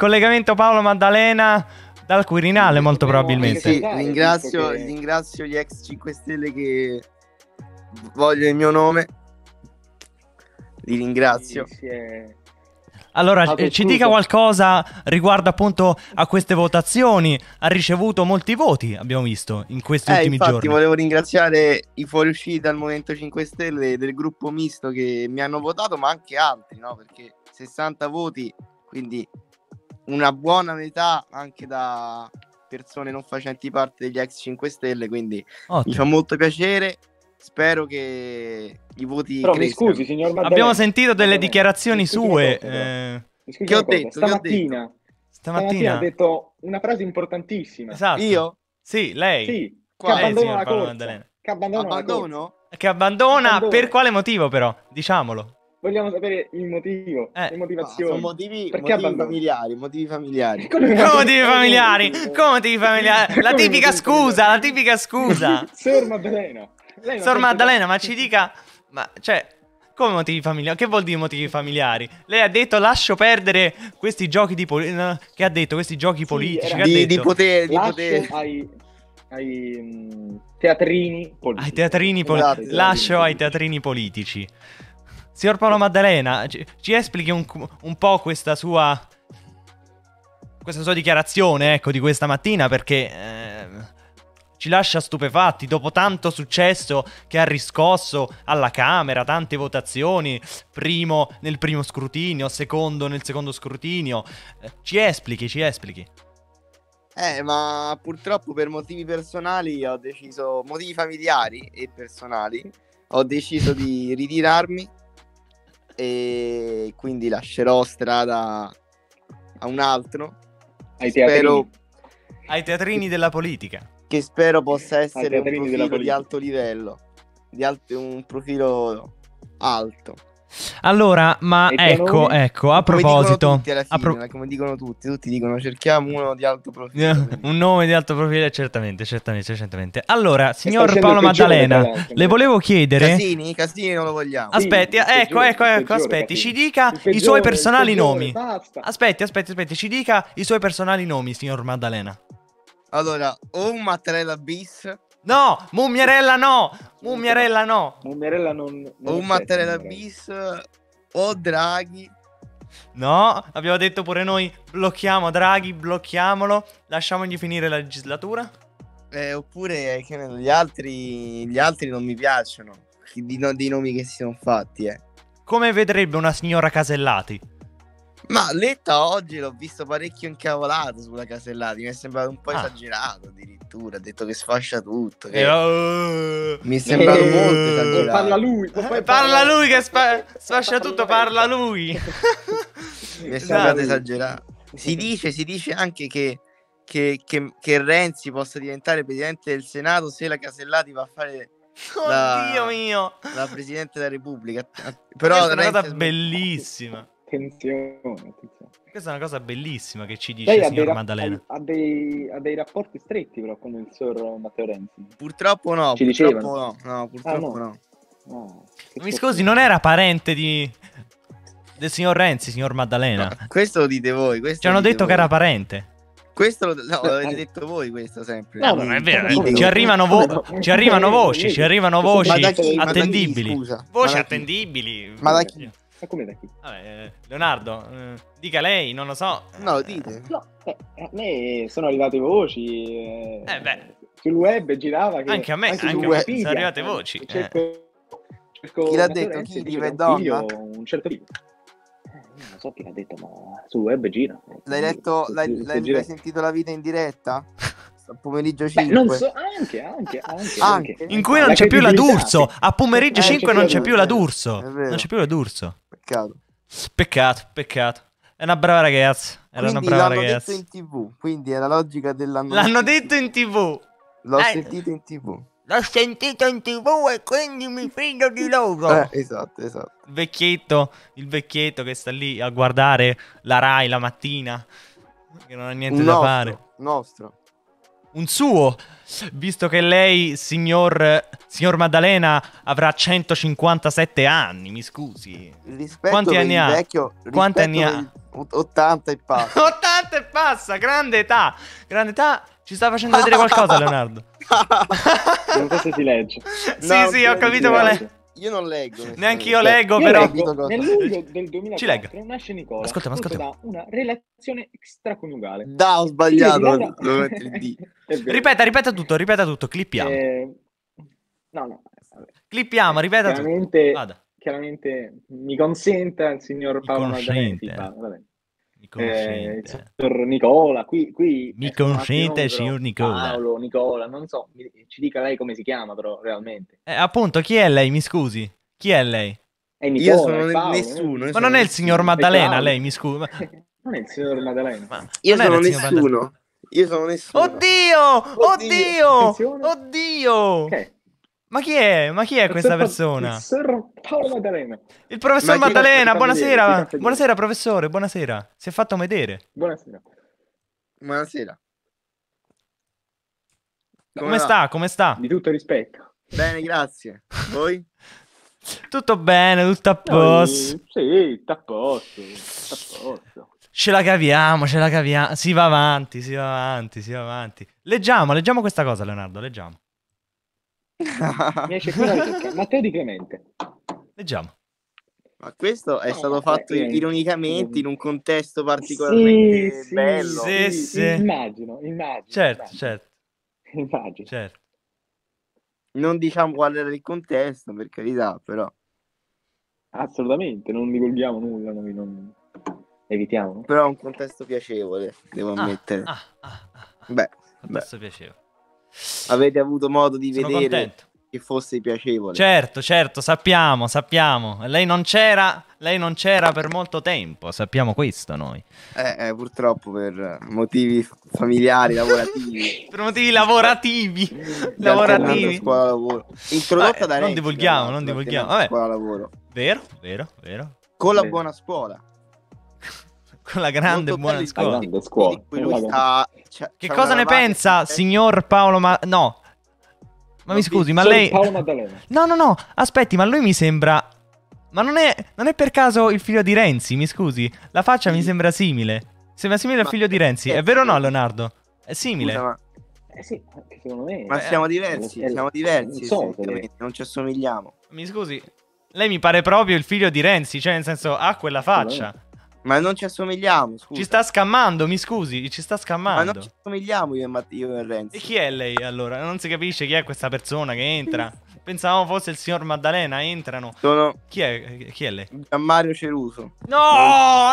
Dal Quirinale molto probabilmente. Sì, ringrazio gli ex 5 Stelle che vogliono il mio nome. Li ringrazio. Allora, ci dica qualcosa riguardo appunto a queste votazioni. Ha ricevuto molti voti, abbiamo visto, in questi ultimi giorni. Infatti volevo ringraziare i fuoriusciti dal Movimento 5 Stelle del gruppo misto che mi hanno votato, ma anche altri, no? Perché 60 voti, quindi una buona metà anche da persone non facenti parte degli ex 5 Stelle, quindi mi fa molto piacere. Spero che i voti crescano. Mi scusi, signor Maddalena. Abbiamo sentito delle dichiarazioni sue. Che ho detto? Stamattina ha detto una frase importantissima. Esatto. Io? Sì, lei. Sì, che abbandona la corsa. Che abbandona? Per quale motivo però? Diciamolo. Vogliamo sapere il motivo, le motivazioni. Sono motivi familiari. Come motivi familiari? La tipica scusa. Sor Maddalena. Sor Maddalena, ma ci dica, come motivi familiari? Che vuol dire motivi familiari? Lei ha detto lascio perdere questi giochi di che ha detto questi giochi politici, di potere, ai teatrini politici. Lascio ai teatrini politici. Signor Paolo Maddalena, ci esplichi un po' questa sua dichiarazione, ecco, di questa mattina, perché ci lascia stupefatti dopo tanto successo che ha riscosso alla Camera, tante votazioni, nel primo scrutinio, nel secondo scrutinio. Ci esplichi. Ma purtroppo per motivi personali motivi familiari e personali, ho deciso di ritirarmi e quindi lascerò strada a un altro. Ai teatrini della politica. Che spero possa essere un profilo di alto livello, un profilo alto. Allora, ma ecco, a proposito, come dicono tutti dicono cerchiamo uno di alto profilo. Un nome di alto profilo, certamente. Allora, signor Paolo Maddalena, le volevo chiedere. Casini non lo vogliamo. Aspetti, aspetti, ci dica i suoi personali nomi. Aspetti, ci dica i suoi personali nomi, signor Maddalena. Allora, o un Mattarella bis. No, Mummierella no. Mummierella non o un Mattarella bis o Draghi. No, abbiamo detto pure noi blocchiamo Draghi, blocchiamolo, lasciamogli finire la legislatura. Oppure gli altri non mi piacciono, dei nomi che si sono fatti. Come vedrebbe una signora Casellati? Ma Letta oggi l'ho visto parecchio incavolato sulla Casellati, mi è sembrato un po' esagerato addirittura, ha detto che sfascia tutto, mi è sembrato molto esagerato. Parla lui che sfascia tutto, parla lui. Mi è sembrato esagerato. Si dice anche che Renzi possa diventare presidente del Senato se la Casellati va a fare Oddio mio. La Presidente della Repubblica. Però Questa è una Renzi cosa bellissima. Attenzione. Questa è una cosa bellissima che ci dice Lei il signor Maddalena. ha dei rapporti stretti però con il signor Matteo Renzi. Purtroppo no. Ci Purtroppo dicevano? no. Purtroppo no. Mi scusi, non era parente del signor Renzi, signor Maddalena? Questo lo dite voi. Ci hanno detto che era parente. Questo l'avete detto voi, questo sempre. No, non è vero. Ci arrivano voci attendibili. Voci attendibili. Ma da chi? Ma come da chi? Vabbè, Leonardo, dica lei, non lo so. No, dite. No, a me sono arrivate voci. Sul web girava che anche a me, anche anche su a me Wikipedia, sono arrivate voci. Chi l'ha detto? Chi? Diva e Donna? Un certo tipo. Non so chi l'ha detto, ma sul web gira. L'hai letto? L'hai sentito la vita in diretta? Pomeriggio 5. Non so, anche. In cui non c'è più la D'Urso. A pomeriggio 5 non c'è più la D'Urso. Non c'è più la D'Urso. Peccato. È una brava ragazza. Era una brava ragazza. L'hanno detto in TV. Quindi è la logica dell'anno. L'hanno detto in TV. L'ho sentito in TV. L'ho sentito in TV e quindi mi fido di loro. Esatto. Il vecchietto che sta lì a guardare la Rai la mattina. Che non ha niente da fare. Nostro. Un suo, visto che lei, signor Maddalena, avrà 157 anni, mi scusi. Quanti anni ha? Quanti anni ha? 80 e passa. 80 e passa, grande età. Ci sta facendo vedere qualcosa, Leonardo? Non so se si legge. Sì, ho capito qual è. Io non leggo. Neanche io leggo, però. Nel luglio del 2004 Ci legga. nasce Nicola. Ascolta. Da una relazione extraconiugale. Ho sbagliato. Ripeta tutto, clippiamo. No. Clippiamo, ripeta tutto. Chiaramente mi consenta il signor Paolo Maddalena. Il signor Nicola, qui mi consente il signor Nicola. Paolo, Nicola, non so, ci dica lei come si chiama però realmente. Appunto, chi è lei, mi scusi? Chi è lei? È Nicola, io sono Paolo, nessuno. Ma non è il signor Maddalena, lei, mi scusi. Non è il signor Maddalena. Io sono nessuno. Oddio! Che? Ma chi è questa persona? Il signor Paolo Maddalena. Il professor Maddalena, buonasera. Buonasera, professore, buonasera. Si è fatto vedere. Buonasera. Come sta? Di tutto rispetto. Bene, grazie. Voi? Tutto bene, tutto a posto. Sì, a posto. Ce la caviamo. Si va avanti. Leggiamo questa cosa, Leonardo, leggiamo. Mi esce qui Matteo Di Clemente. Leggiamo. Ma questo è stato fatto ironicamente in un contesto particolarmente bello. Sì. Immagino. Certo. Immagino. Certo. Non diciamo qual era il contesto, per carità, però. Assolutamente, non divulghiamo nulla, noi non evitiamo. Però è un contesto piacevole, devo ammettere. Contesto piacevole. Avete avuto modo di Sono vedere contento che fosse piacevole. Certo, sappiamo. Lei non c'era per molto tempo, sappiamo questo noi. Purtroppo per motivi familiari, lavorativi. Per motivi lavorativi. Scuola lavoro. Introdotta da Renzi. Non divulghiamo. Vabbè. Scuola lavoro. Vero. Con la buona scuola. Con la grande buona scuola. Che C'ha cosa ne pensa, signor Paolo No. Ma mi scusi, ma lei... Paolo Maddalena. No, aspetti, ma lui mi sembra... Ma non è per caso il figlio di Renzi, mi scusi? La faccia mi sembra simile. Sembra simile al figlio di Renzi. È vero o no, Leonardo? È simile. Scusa, sì, anche secondo me. Ma siamo diversi, non ci assomigliamo. Mi scusi, lei mi pare proprio il figlio di Renzi, cioè nel senso ha quella faccia. Ma non ci assomigliamo, scusa. Ci sta scammando, mi scusi, ci sta scammando. Ma non ci assomigliamo io e Renzi. E chi è lei allora? Non si capisce chi è questa persona che entra. Pensavamo fosse il signor Maddalena, entrano. Chi è lei? Gianmario Ceruso. No.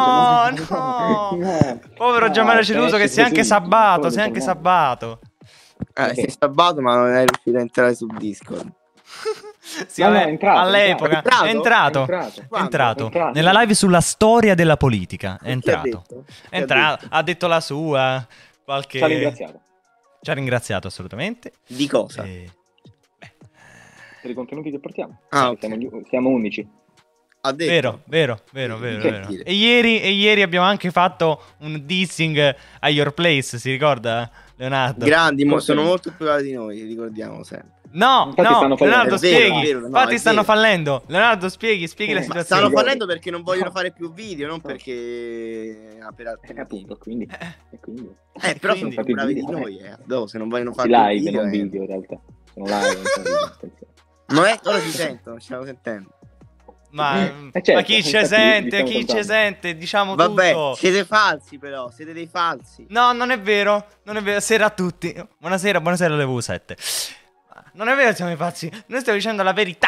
Povero Gianmario Ceruso che si è anche sabbato, sei sabbato, ma non è riuscito a entrare su Discord. All'epoca è entrato nella live sulla storia della politica. È entrato. Ha detto la sua. Ci ha ringraziato. Ci ha ringraziato assolutamente. Di cosa? per i contenuti che portiamo. Ah, siamo unici. Ha detto. Vero. E ieri abbiamo anche fatto un dissing a Your Place, si ricorda, Leonardo? Grandi, sono molto più bravi di noi, ricordiamo sempre. No, Leonardo, spieghi. Infatti stanno fallendo. Leonardo, spieghi la situazione. Stanno fallendo perché non vogliono fare più video, non perché per altri appunto, quindi. Però sono più bravi di noi, se non vogliono fare live, più non video in realtà. Sono live. Ora ci sentono, ci stiamo sentendo. Ma chi ci sente? Diciamo Vabbè, tutto. siete falsi però, siete dei falsi. No, non è vero. Sera a tutti. Buonasera alle V7. Non è vero, siamo falsi. Noi stiamo dicendo la verità.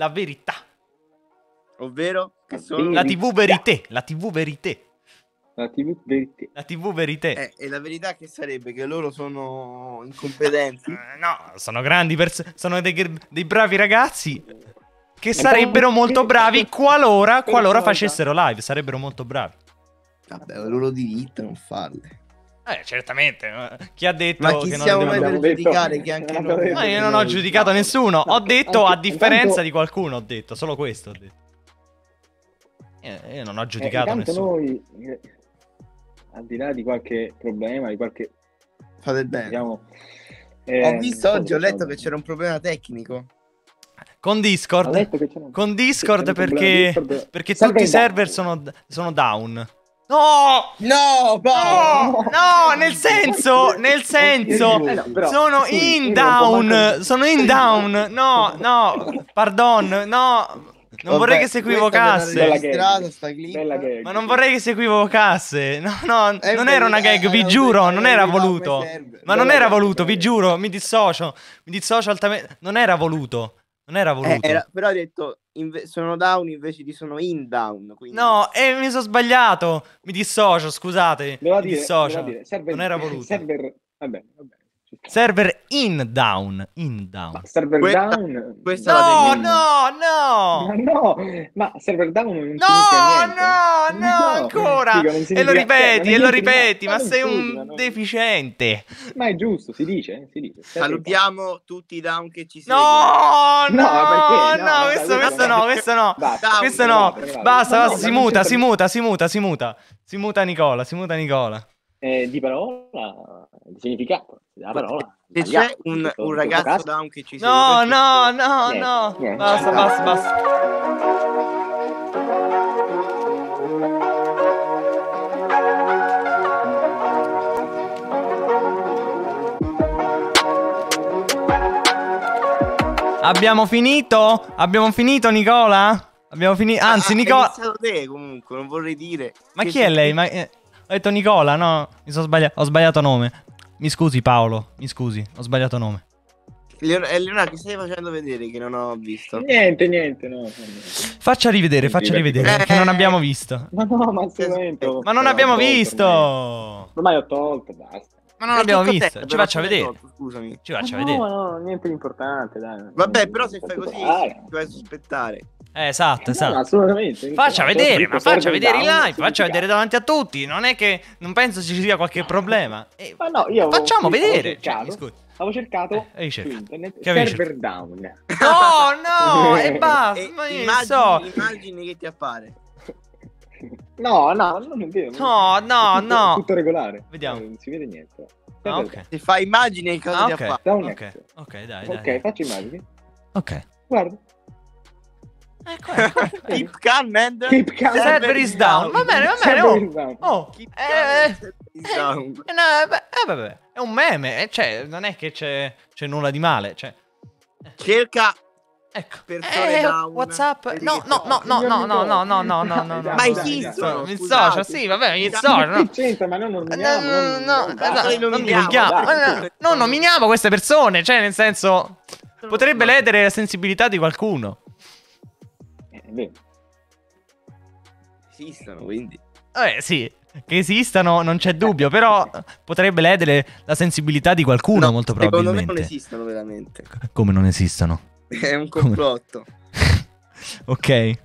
Ovvero? Che sono? La TV verité. La TV verité. E la verità che sarebbe? Che loro sono incompetenti? No, sono grandi sono dei bravi ragazzi che sarebbero molto bravi qualora facessero live. Sarebbero molto bravi. Vabbè, è il loro diritto non farle. Certamente. Chi ha detto ma chi che siamo non noi per giudicare che anche noi? Ma io non ho giudicato nessuno. Ho detto a differenza di qualcuno. Ho detto solo questo. Io non ho giudicato nessuno. Noi, al di là di qualche problema, di qualche. Fate bene. Diciamo, ho visto oggi, ho letto che c'era un problema tecnico. Con Discord perché tutti i server sono down. No, nel senso sono in down. No, pardon, no. Non vorrei che si equivocasse. Ma non vorrei che si equivocasse. No, non era una gag, vi giuro, non era voluto. Ma non era voluto, vi giuro, mi dissocio altamente. Non era voluto. Però ha detto sono down invece di sono in down. Quindi. No, mi sono sbagliato. Mi dissocio, scusate. Mi dissocio. Non era voluto. Server in down. Server down. No. Ma server down non significa niente. No, ancora. E lo ripeti, ma sei un deficiente. Ma è giusto, si dice. Salutiamo tutti i down che ci seguono. Questo no. Basta, si muta Nicola. Di parola, di significato. La parola. Se c'è un ragazzo down che ci segue. No. Basta. Abbiamo finito, Nicola? Anzi, Nicola. Hai iniziato te comunque, non vorrei dire. Ma chi è lei? Ho detto Nicola, no? Ho sbagliato nome. Mi scusi Paolo, ho sbagliato nome. Leonardo, che stai facendo vedere che non ho visto? Niente, no. Faccia rivedere, che non abbiamo visto. Ma no, ma assolutamente. Ma non abbiamo visto. Ormai ho tolto, basta. Ma non abbiamo visto, ci faccia vedere. Scusami. Ci faccia vedere. No, niente di importante, dai. Vabbè, però se fai così ti vai a sospettare. Esatto. No, assolutamente. Faccia vedere in live, faccia vedere davanti a tutti. Non è che non penso ci sia qualche problema. Ma no, io facciamo vedere. Avevo cercato su internet server down. No, e basta. Immagini che ti appare. No, non è vero. No. Tutto regolare. Vediamo. Non si vede niente. Ok. Se fa immagini cosa ti appare. Ok, dai. Ok, faccio immagini. Ok. Guarda. Keep calm, man. Server is down. Va bene. Vabbè. È un meme. Cioè, non è che c'è nulla di male. Cioè. Cerca. Ecco. Persone down. WhatsApp. No. Ma esistono. Mi dissocio, sì, vabbè, mi dissocio. Che c'entra? Ma noi non non nominiamo queste persone. Cioè, nel senso, potrebbe ledere la sensibilità di qualcuno. Esistono, quindi. Sì, che esistano non c'è dubbio, però potrebbe ledere la sensibilità di qualcuno, molto probabilmente. Secondo me non esistono veramente. Come non esistono? È un complotto. Ok.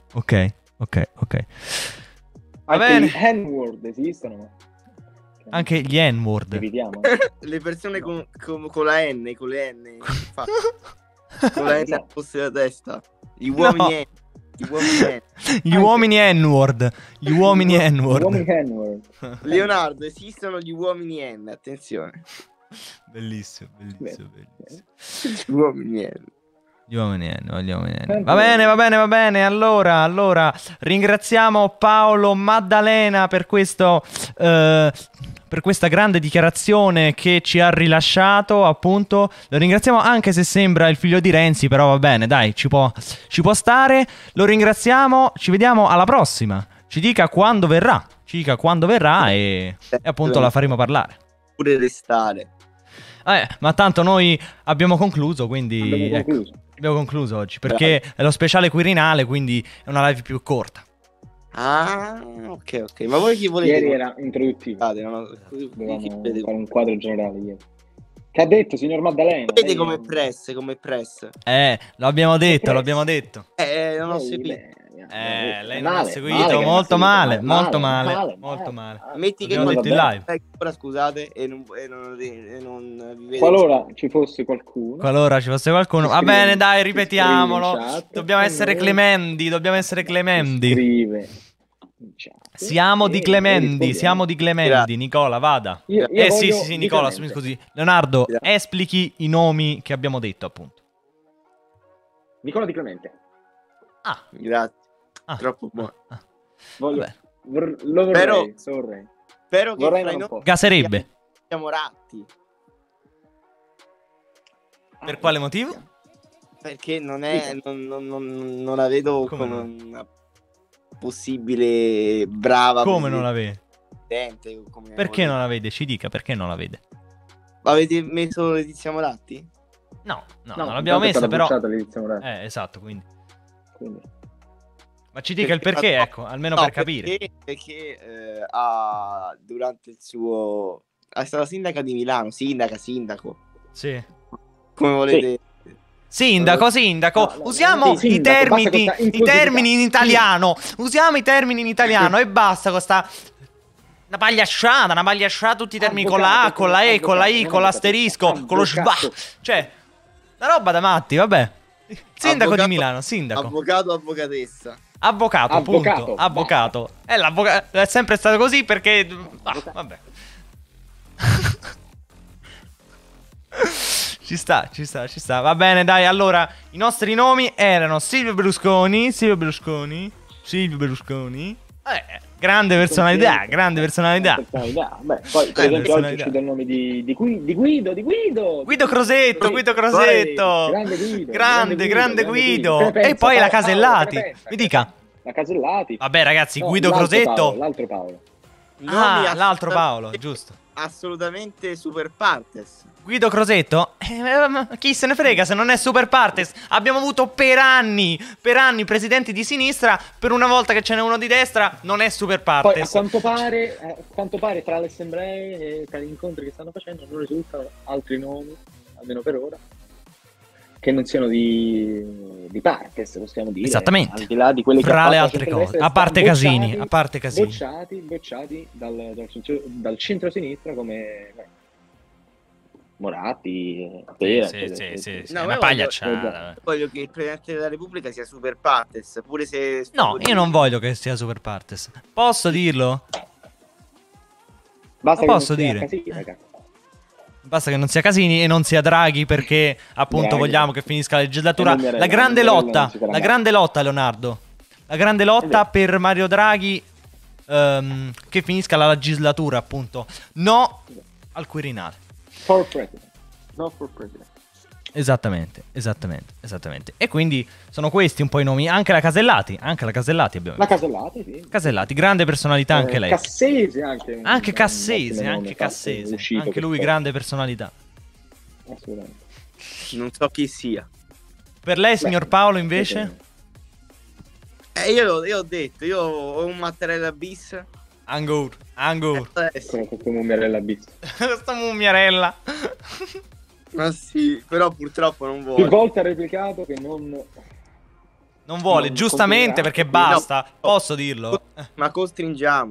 Va bene. Gli N-word esistono. Anche gli N-word. Le persone con la N, con le N. con la N al posto della testa. Gli uomini N. Gli uomini N. Gli uomini N-word. Gli uomini N-word. Uomini N-word. Leonardo, esistono gli uomini N, attenzione. Bellissimo, bellissimo, bellissimo. Gli uomini N. Gli uomini N, gli uomini N. Va bene, va bene, va bene. Allora, ringraziamo Paolo Maddalena per questo, per questa grande dichiarazione che ci ha rilasciato, appunto. Lo ringraziamo anche se sembra il figlio di Renzi, però va bene, dai, ci può stare. Lo ringraziamo, ci vediamo alla prossima. Ci dica quando verrà, e appunto la faremo parlare. Pure restare. Ma tanto noi abbiamo concluso, quindi abbiamo concluso oggi, perché è lo speciale Quirinale, quindi è una live più corta. Ah, ok. Ma voi chi volete? Ieri era introduttivo. Dovevamo fare un quadro generale ieri. Che ha detto, signor Maddalena? Vedi come press. Lo abbiamo detto. Non ho seguito. Lei non ha seguito, molto male. Metti che abbiamo detto in live. Ora scusate e non vi vedo. Qualora ci fosse qualcuno. Va bene, dai, ripetiamolo. Dobbiamo essere clemendi. Siamo di Clemendi. Nicola, vada. Sì, Nicola, mi scusi. Leonardo, esplichi i nomi che abbiamo detto, appunto. Nicola Di Clemente. Grazie. Troppo buono. Lo vorrei. Spero che vorrei fra un noi po'. Gaserebbe. siamo ratti. Per quale motivo? Perché non la vedo come una possibile brava. Come non la vede? Come perché non la vede? Ci dica perché non la vede. Avete messo Letizia Moratti? No, non l'abbiamo messa, però. Esatto, quindi. Ma ci dica il perché, ecco, almeno per capire. Perché durante il suo... È stata sindaca di Milano, sindaco. Sì. Come volete... Sindaco. Usiamo i termini in italiano. Usiamo i termini in italiano e basta con sta... Una pagliasciata, tutti i termini con la A, con la E, con la I, con l'asterisco, con lo sba. Cioè, una roba da matti, vabbè. Sindaco di Milano, sindaco. Avvocatessa. Avvocato, appunto. Avvocato. È sempre stato così perché... vabbè. Ci sta. Va bene, dai, allora, i nostri nomi erano Silvio Berlusconi. Grande personalità. Beh, poi per esempio oggi ci do il nome di Guido. Guido Crosetto. Grande Guido. E poi la Casellati. Mi dica. La Casellati. Vabbè, ragazzi, Guido Crosetto. L'altro Paolo. L'altro Paolo, giusto. Assolutamente super partes. Guido Crosetto? Chi se ne frega se non è super partes. Abbiamo avuto per anni presidenti di sinistra. Per una volta che ce n'è uno di destra non è super partes. Poi a quanto pare tra le assemblee e tra gli incontri che stanno facendo non risultano altri nomi, almeno per ora, che non siano di partes, possiamo dire. Esattamente. Al di là di quelle fra che le altre cose, a parte Casini. Bocciati dal centro-sinistra come Moratti, sì. Una pagliacciata. Voglio che il Presidente della Repubblica sia super partes, pure se... No, io non voglio che sia super partes. Posso dirlo? Basta lo posso dire. Basta che non sia Casini e non sia Draghi, perché appunto vogliamo che finisca la legislatura. La grande lotta, Leonardo. La grande lotta per Mario Draghi, che finisca la legislatura, appunto. No al Quirinale. For president. No for president. Esattamente. E quindi sono questi un po' i nomi. Anche la Casellati abbiamo. La Casellati, sì. Casellati, grande personalità anche lei. Cassese anche Cassese. Anche lui grande personalità. Assolutamente. Non so chi sia. Per lei, signor Paolo, invece? Io ho detto, io ho un Mattarella bis. Angur. Questo mummiarella bis. Questa mummiarella. Ma sì, però purtroppo non vuole. Più volte ha replicato che non vuole, giustamente, perché basta. Posso dirlo? Ma costringiamolo.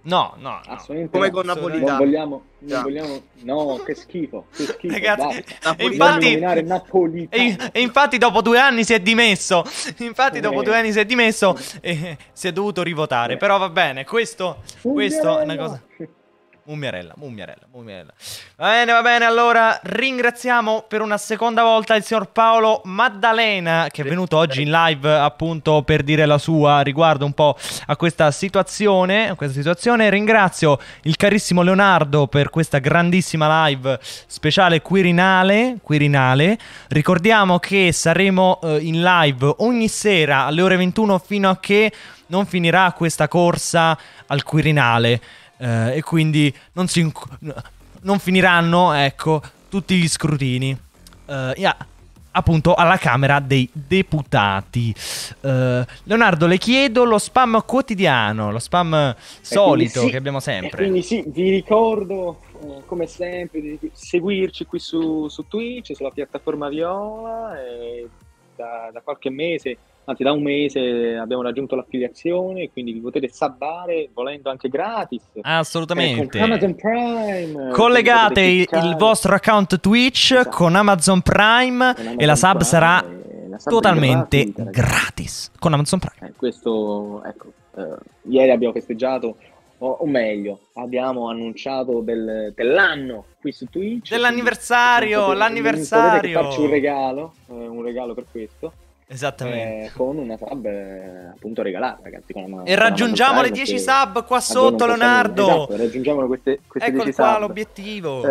No, assolutamente come no. con Napolitano. Non vogliamo, no, che schifo, Ragazzi, basta. e infatti, nominare Napolitano. e infatti dopo 2 anni si è dimesso. Infatti dopo 2 anni si è dimesso e si è dovuto rivotare. Però va bene, questo è una cosa. Mummiarella. Va bene, allora ringraziamo per una seconda volta il signor Paolo Maddalena, che è venuto oggi in live appunto per dire la sua riguardo un po' a questa situazione. Ringrazio il carissimo Leonardo per questa grandissima live speciale Quirinale. Ricordiamo che saremo in live ogni sera alle ore 21 fino a che non finirà questa corsa al Quirinale. E quindi non finiranno, ecco, tutti gli scrutini appunto alla Camera dei Deputati. Leonardo, le chiedo lo spam quotidiano, lo spam solito che abbiamo sempre. Quindi sì, vi ricordo come sempre di seguirci qui su Twitch, sulla piattaforma Viola, e da qualche mese, anzi da un mese, abbiamo raggiunto l'affiliazione, quindi vi potete subbare volendo anche gratis. Assolutamente. Con Amazon Prime. Collegate il vostro account Twitch con Amazon Prime e la sub sarà totalmente gratis con Amazon Prime. Questo, ecco, ieri abbiamo festeggiato, o meglio, abbiamo annunciato dell'anno qui su Twitch. Dell'anniversario, potete farci un regalo per questo. Esattamente. Con una sub appunto regalata, ragazzi. E raggiungiamo le 10 sub qua sotto, Leonardo. Esatto, raggiungiamo queste 10 sub. Ecco qua l'obiettivo.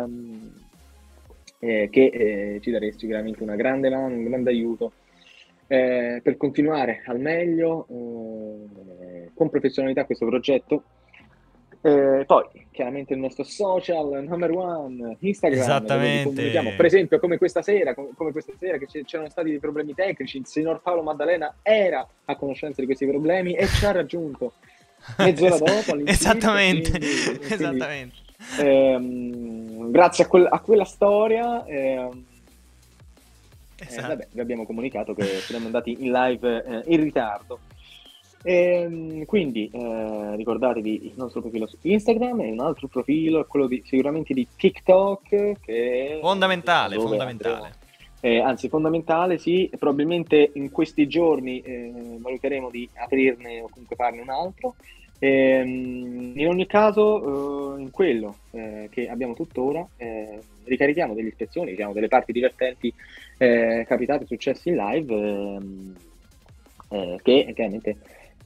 Che ci daresti sicuramente un grande aiuto per continuare al meglio con professionalità questo progetto. Poi chiaramente il nostro social number one, Instagram, esattamente, per esempio come questa sera che c'erano stati dei problemi tecnici, il signor Paolo Maddalena era a conoscenza di questi problemi e ci ha raggiunto mezz'ora dopo esattamente. Grazie a quella storia vabbè, vi abbiamo comunicato che siamo andati in live in ritardo. Quindi ricordatevi il nostro profilo su Instagram e un altro profilo è quello sicuramente di TikTok, che è fondamentale. Anzi fondamentale, sì, probabilmente in questi giorni valuteremo di aprirne o comunque farne un altro. In ogni caso in quello che abbiamo tuttora ricarichiamo delle ispezioni, diciamo delle parti divertenti capitate, successi in live che chiaramente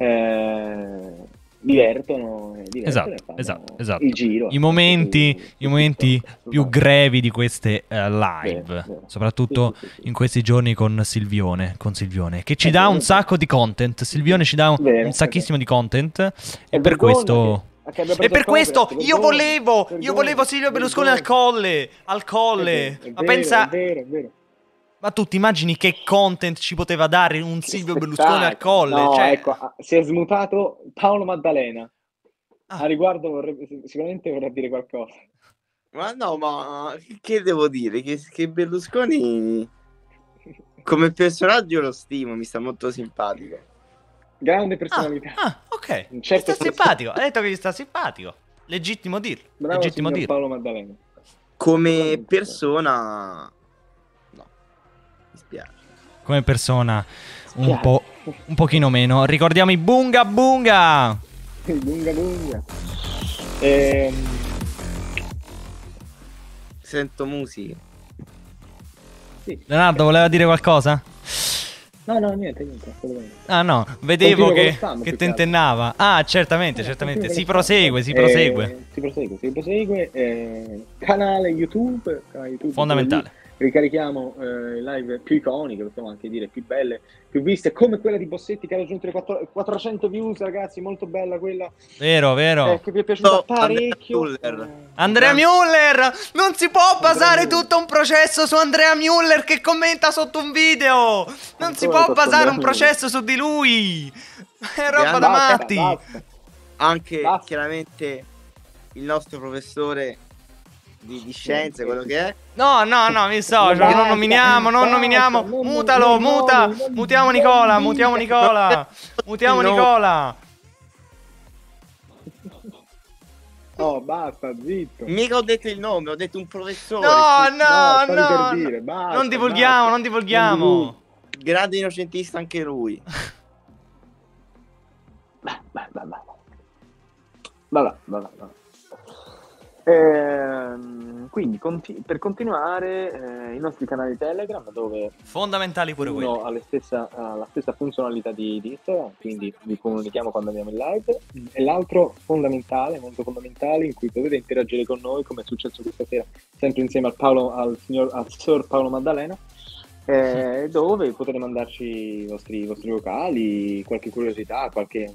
divertono esatto. il giro, i momenti più grevi di queste live, soprattutto in questi giorni con Silvione che ci dà un sacco di content. Silvione ci dà un sacchissimo di content e per questo io volevo Silvio Berlusconi al colle. Ma pensa, è vero. Ma tu ti immagini che content ci poteva dare un Silvio Berlusconi al colle? No, ecco, si è smutato Paolo Maddalena. A riguardo sicuramente vorrà dire qualcosa. Ma no, ma che devo dire? Che Berlusconi come personaggio lo stimo, mi sta molto simpatico. Grande personalità. Ok. Mi sta simpatico. Ha detto che gli sta simpatico. Legittimo dirlo. Bravo, legittimo dirlo. Paolo Maddalena. Come persona... Come persona un pochino meno. Ricordiamo i Bunga Bunga. Sento musica. Sì. Leonardo voleva dire qualcosa? No, niente, assolutamente. Ah no, vedevo che tentennava. Ah, certamente. Si prosegue. Canale YouTube fondamentale. Ricarichiamo live più iconiche, possiamo anche dire più belle, più viste, come quella di Bossetti che ha raggiunto le 400 views, ragazzi, molto bella quella. Vero. Che vi è piaciuta parecchio. Andrea Müller! Non si può basare tutto un processo su Andrea Müller che commenta sotto un video! Non si può basare un processo su di lui! È roba da matti! Basta. Anche chiaramente il nostro professore di scienze, quello che è. No, mi dissocio, non nominiamo. Mutiamo Nicola. Oh, basta, zitto. Mica ho detto il nome, ho detto un professore. No, per dire, basta, non divulghiamo, basta. non divulghiamo. Grande innocentista anche lui. Vabbè. Quindi per continuare i nostri canali Telegram, dove fondamentali pure quelli, ha la stessa funzionalità di Instagram, quindi vi comunichiamo quando andiamo in live, e l'altro fondamentale, molto fondamentale, in cui potete interagire con noi, come è successo questa sera, sempre insieme al Sir Paolo Maddalena, dove potete mandarci i vostri vocali, qualche curiosità, qualche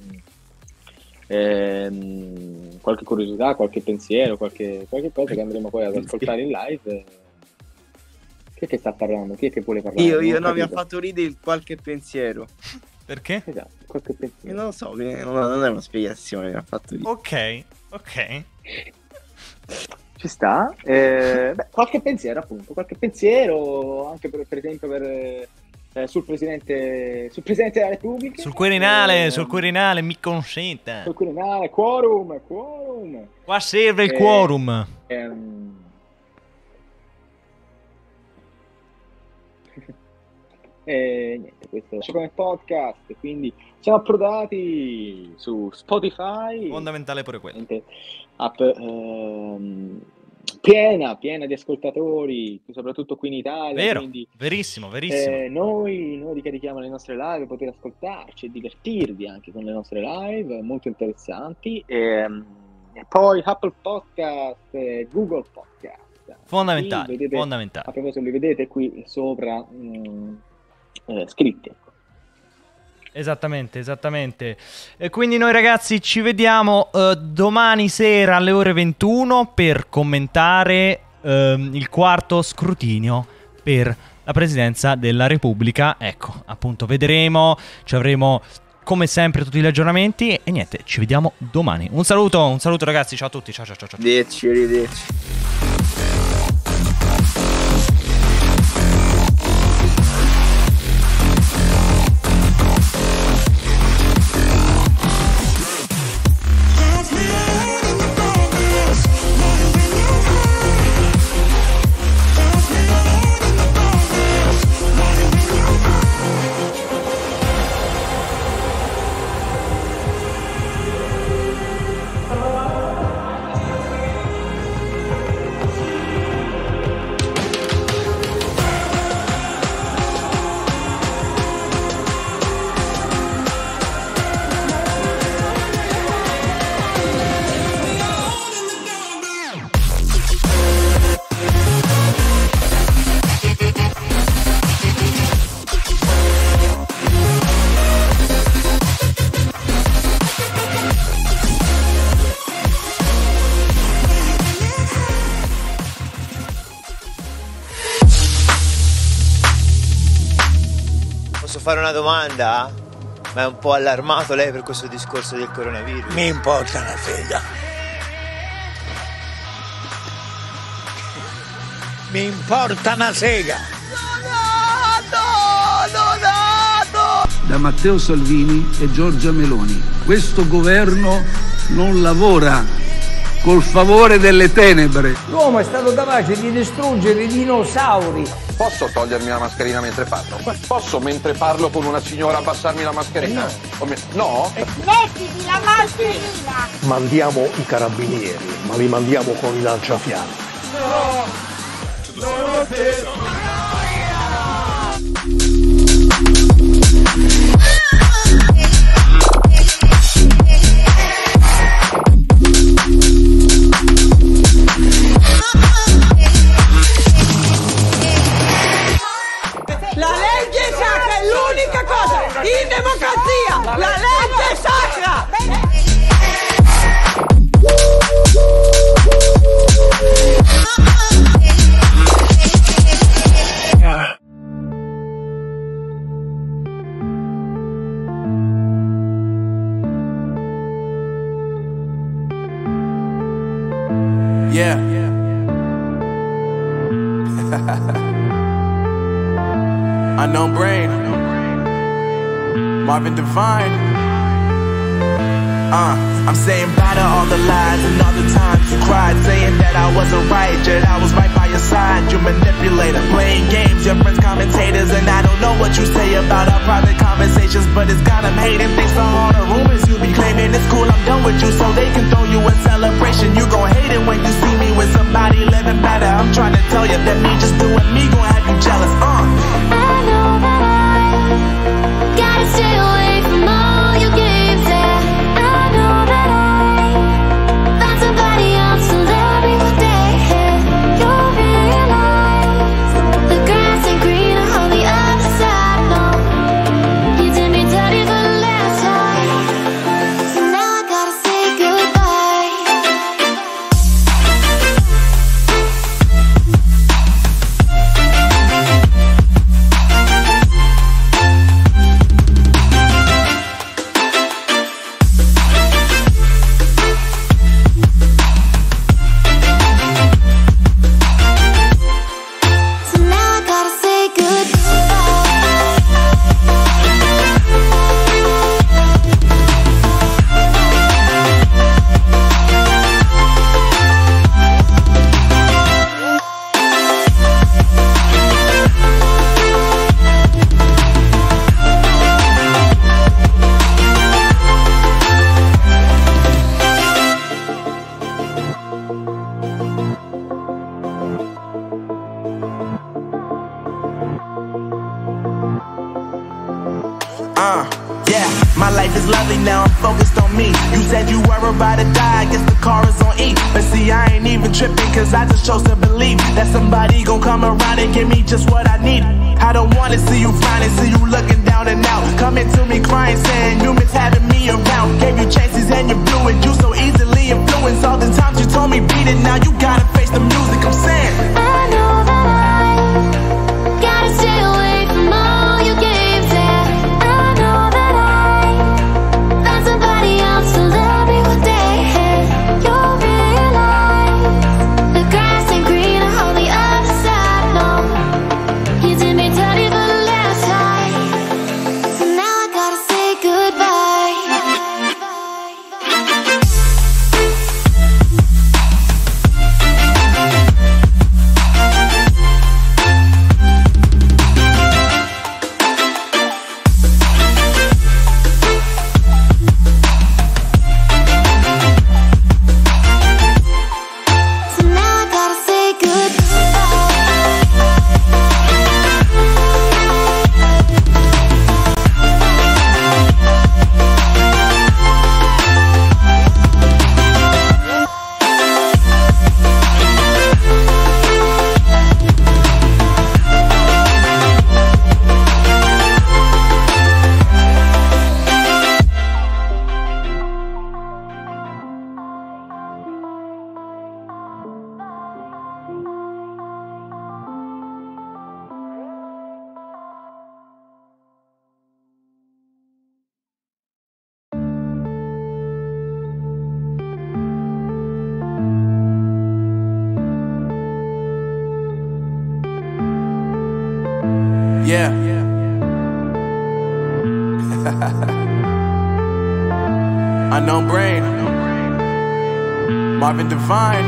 pensiero, qualche cosa che andremo poi ad ascoltare in live. Chi è che sta parlando? Chi è che vuole parlare? Io no, mi ha fatto ridere il qualche pensiero. Perché? Esatto, qualche pensiero. Non lo so, non è una spiegazione, mi ha fatto ridere. Ok. Ci sta. Qualche pensiero, appunto, qualche pensiero anche per esempio sul Presidente della Repubblica. Sul Quirinale, mi consenta. Sul Quirinale, quorum. Qua serve il quorum. E niente, questo c'è come podcast, quindi siamo approdati su Spotify. Fondamentale pure quello. App piena di ascoltatori, soprattutto qui in Italia. Vero, quindi, verissimo. Noi ricarichiamo le nostre live, potete ascoltarci e divertirvi anche con le nostre live, molto interessanti. E poi Apple Podcast, Google Podcast. Fondamentale. A proposito, li vedete qui sopra scritti. Esattamente. E quindi noi ragazzi ci vediamo domani sera alle ore 21 per commentare il quarto scrutinio per la presidenza della Repubblica. Ecco, appunto, vedremo, ci avremo come sempre tutti gli aggiornamenti e niente, ci vediamo domani. Un saluto ragazzi, ciao a tutti, ciao. Arrivederci. Posso fare una domanda? Ma è un po' allarmato lei per questo discorso del coronavirus? Mi importa una sega. Mi importa una sega. Donato! Da Matteo Salvini e Giorgia Meloni. Questo governo non lavora col favore delle tenebre. L'uomo è stato capace di distruggere i dinosauri. Posso togliermi la mascherina mentre parlo? Posso mentre parlo con una signora abbassarmi la mascherina? No? Mettiti la mascherina! Mandiamo i carabinieri, ma li mandiamo con i lanciafiamme. La legge sacra è l'unica cosa in democrazia! La legge sacra! Yeah. Unknown Brain, Marvin Devine. I'm saying bye to all the lies and all the times you cried, saying that I wasn't right, yet I was right by your side. You manipulator, playing games, your friends commentators, and I don't know what you say about our private conversations, but it's got them hating. Thanks to all the rumors you be claiming. It's cool, I'm done with you, so they can throw you a celebration. You gon' hate it when you see me with somebody living better. I'm trying to tell you that me just doing me gon' have you jealous. I know that I gotta stay away from all your games. Yeah, I know that I found somebody else to love me one day. You'll realize the grass ain't greener on the other side. No, you did me dirty for the last time, so now I gotta say goodbye. So now I gotta say Yeah, my life is lovely now, I'm focused on me. You said you were about to die, I guess the car is on E. But see, I ain't even tripping, cause I just chose to believe that somebody gon' come around and give me just what I need. I don't wanna see you frowning, see you looking down and out, coming to me crying, saying you miss having me around. Gave you chances and you blew it, you so easily influenced. All the times you told me beat it, now you gotta face the music. I'm saying I know that I gotta stay away from all your games. Yeah, I know that I found somebody else to love me one day. You'll realize the grass ain't greener on the other side. No, you did me dirty for the last time, so now I gotta say goodbye. So now I gotta say Yeah. Unknown Brain. Marvin Devine.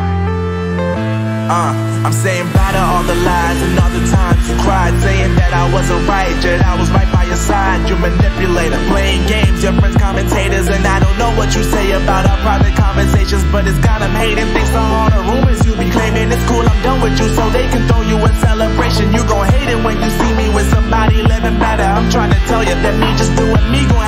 I'm saying bye to all the lies and all the times you cried, saying that I wasn't right, yet I was right by your side. You manipulator, playing games, your friends commentators, and I don't know what you say about our private conversations, but it's got them hating. Thanks to all the rumors you be claiming. It's cool, I'm done with you, so they can throw you a celebration. You gon' hate it when you see me with somebody living better. I'm trying to tell you that me just doing me gon'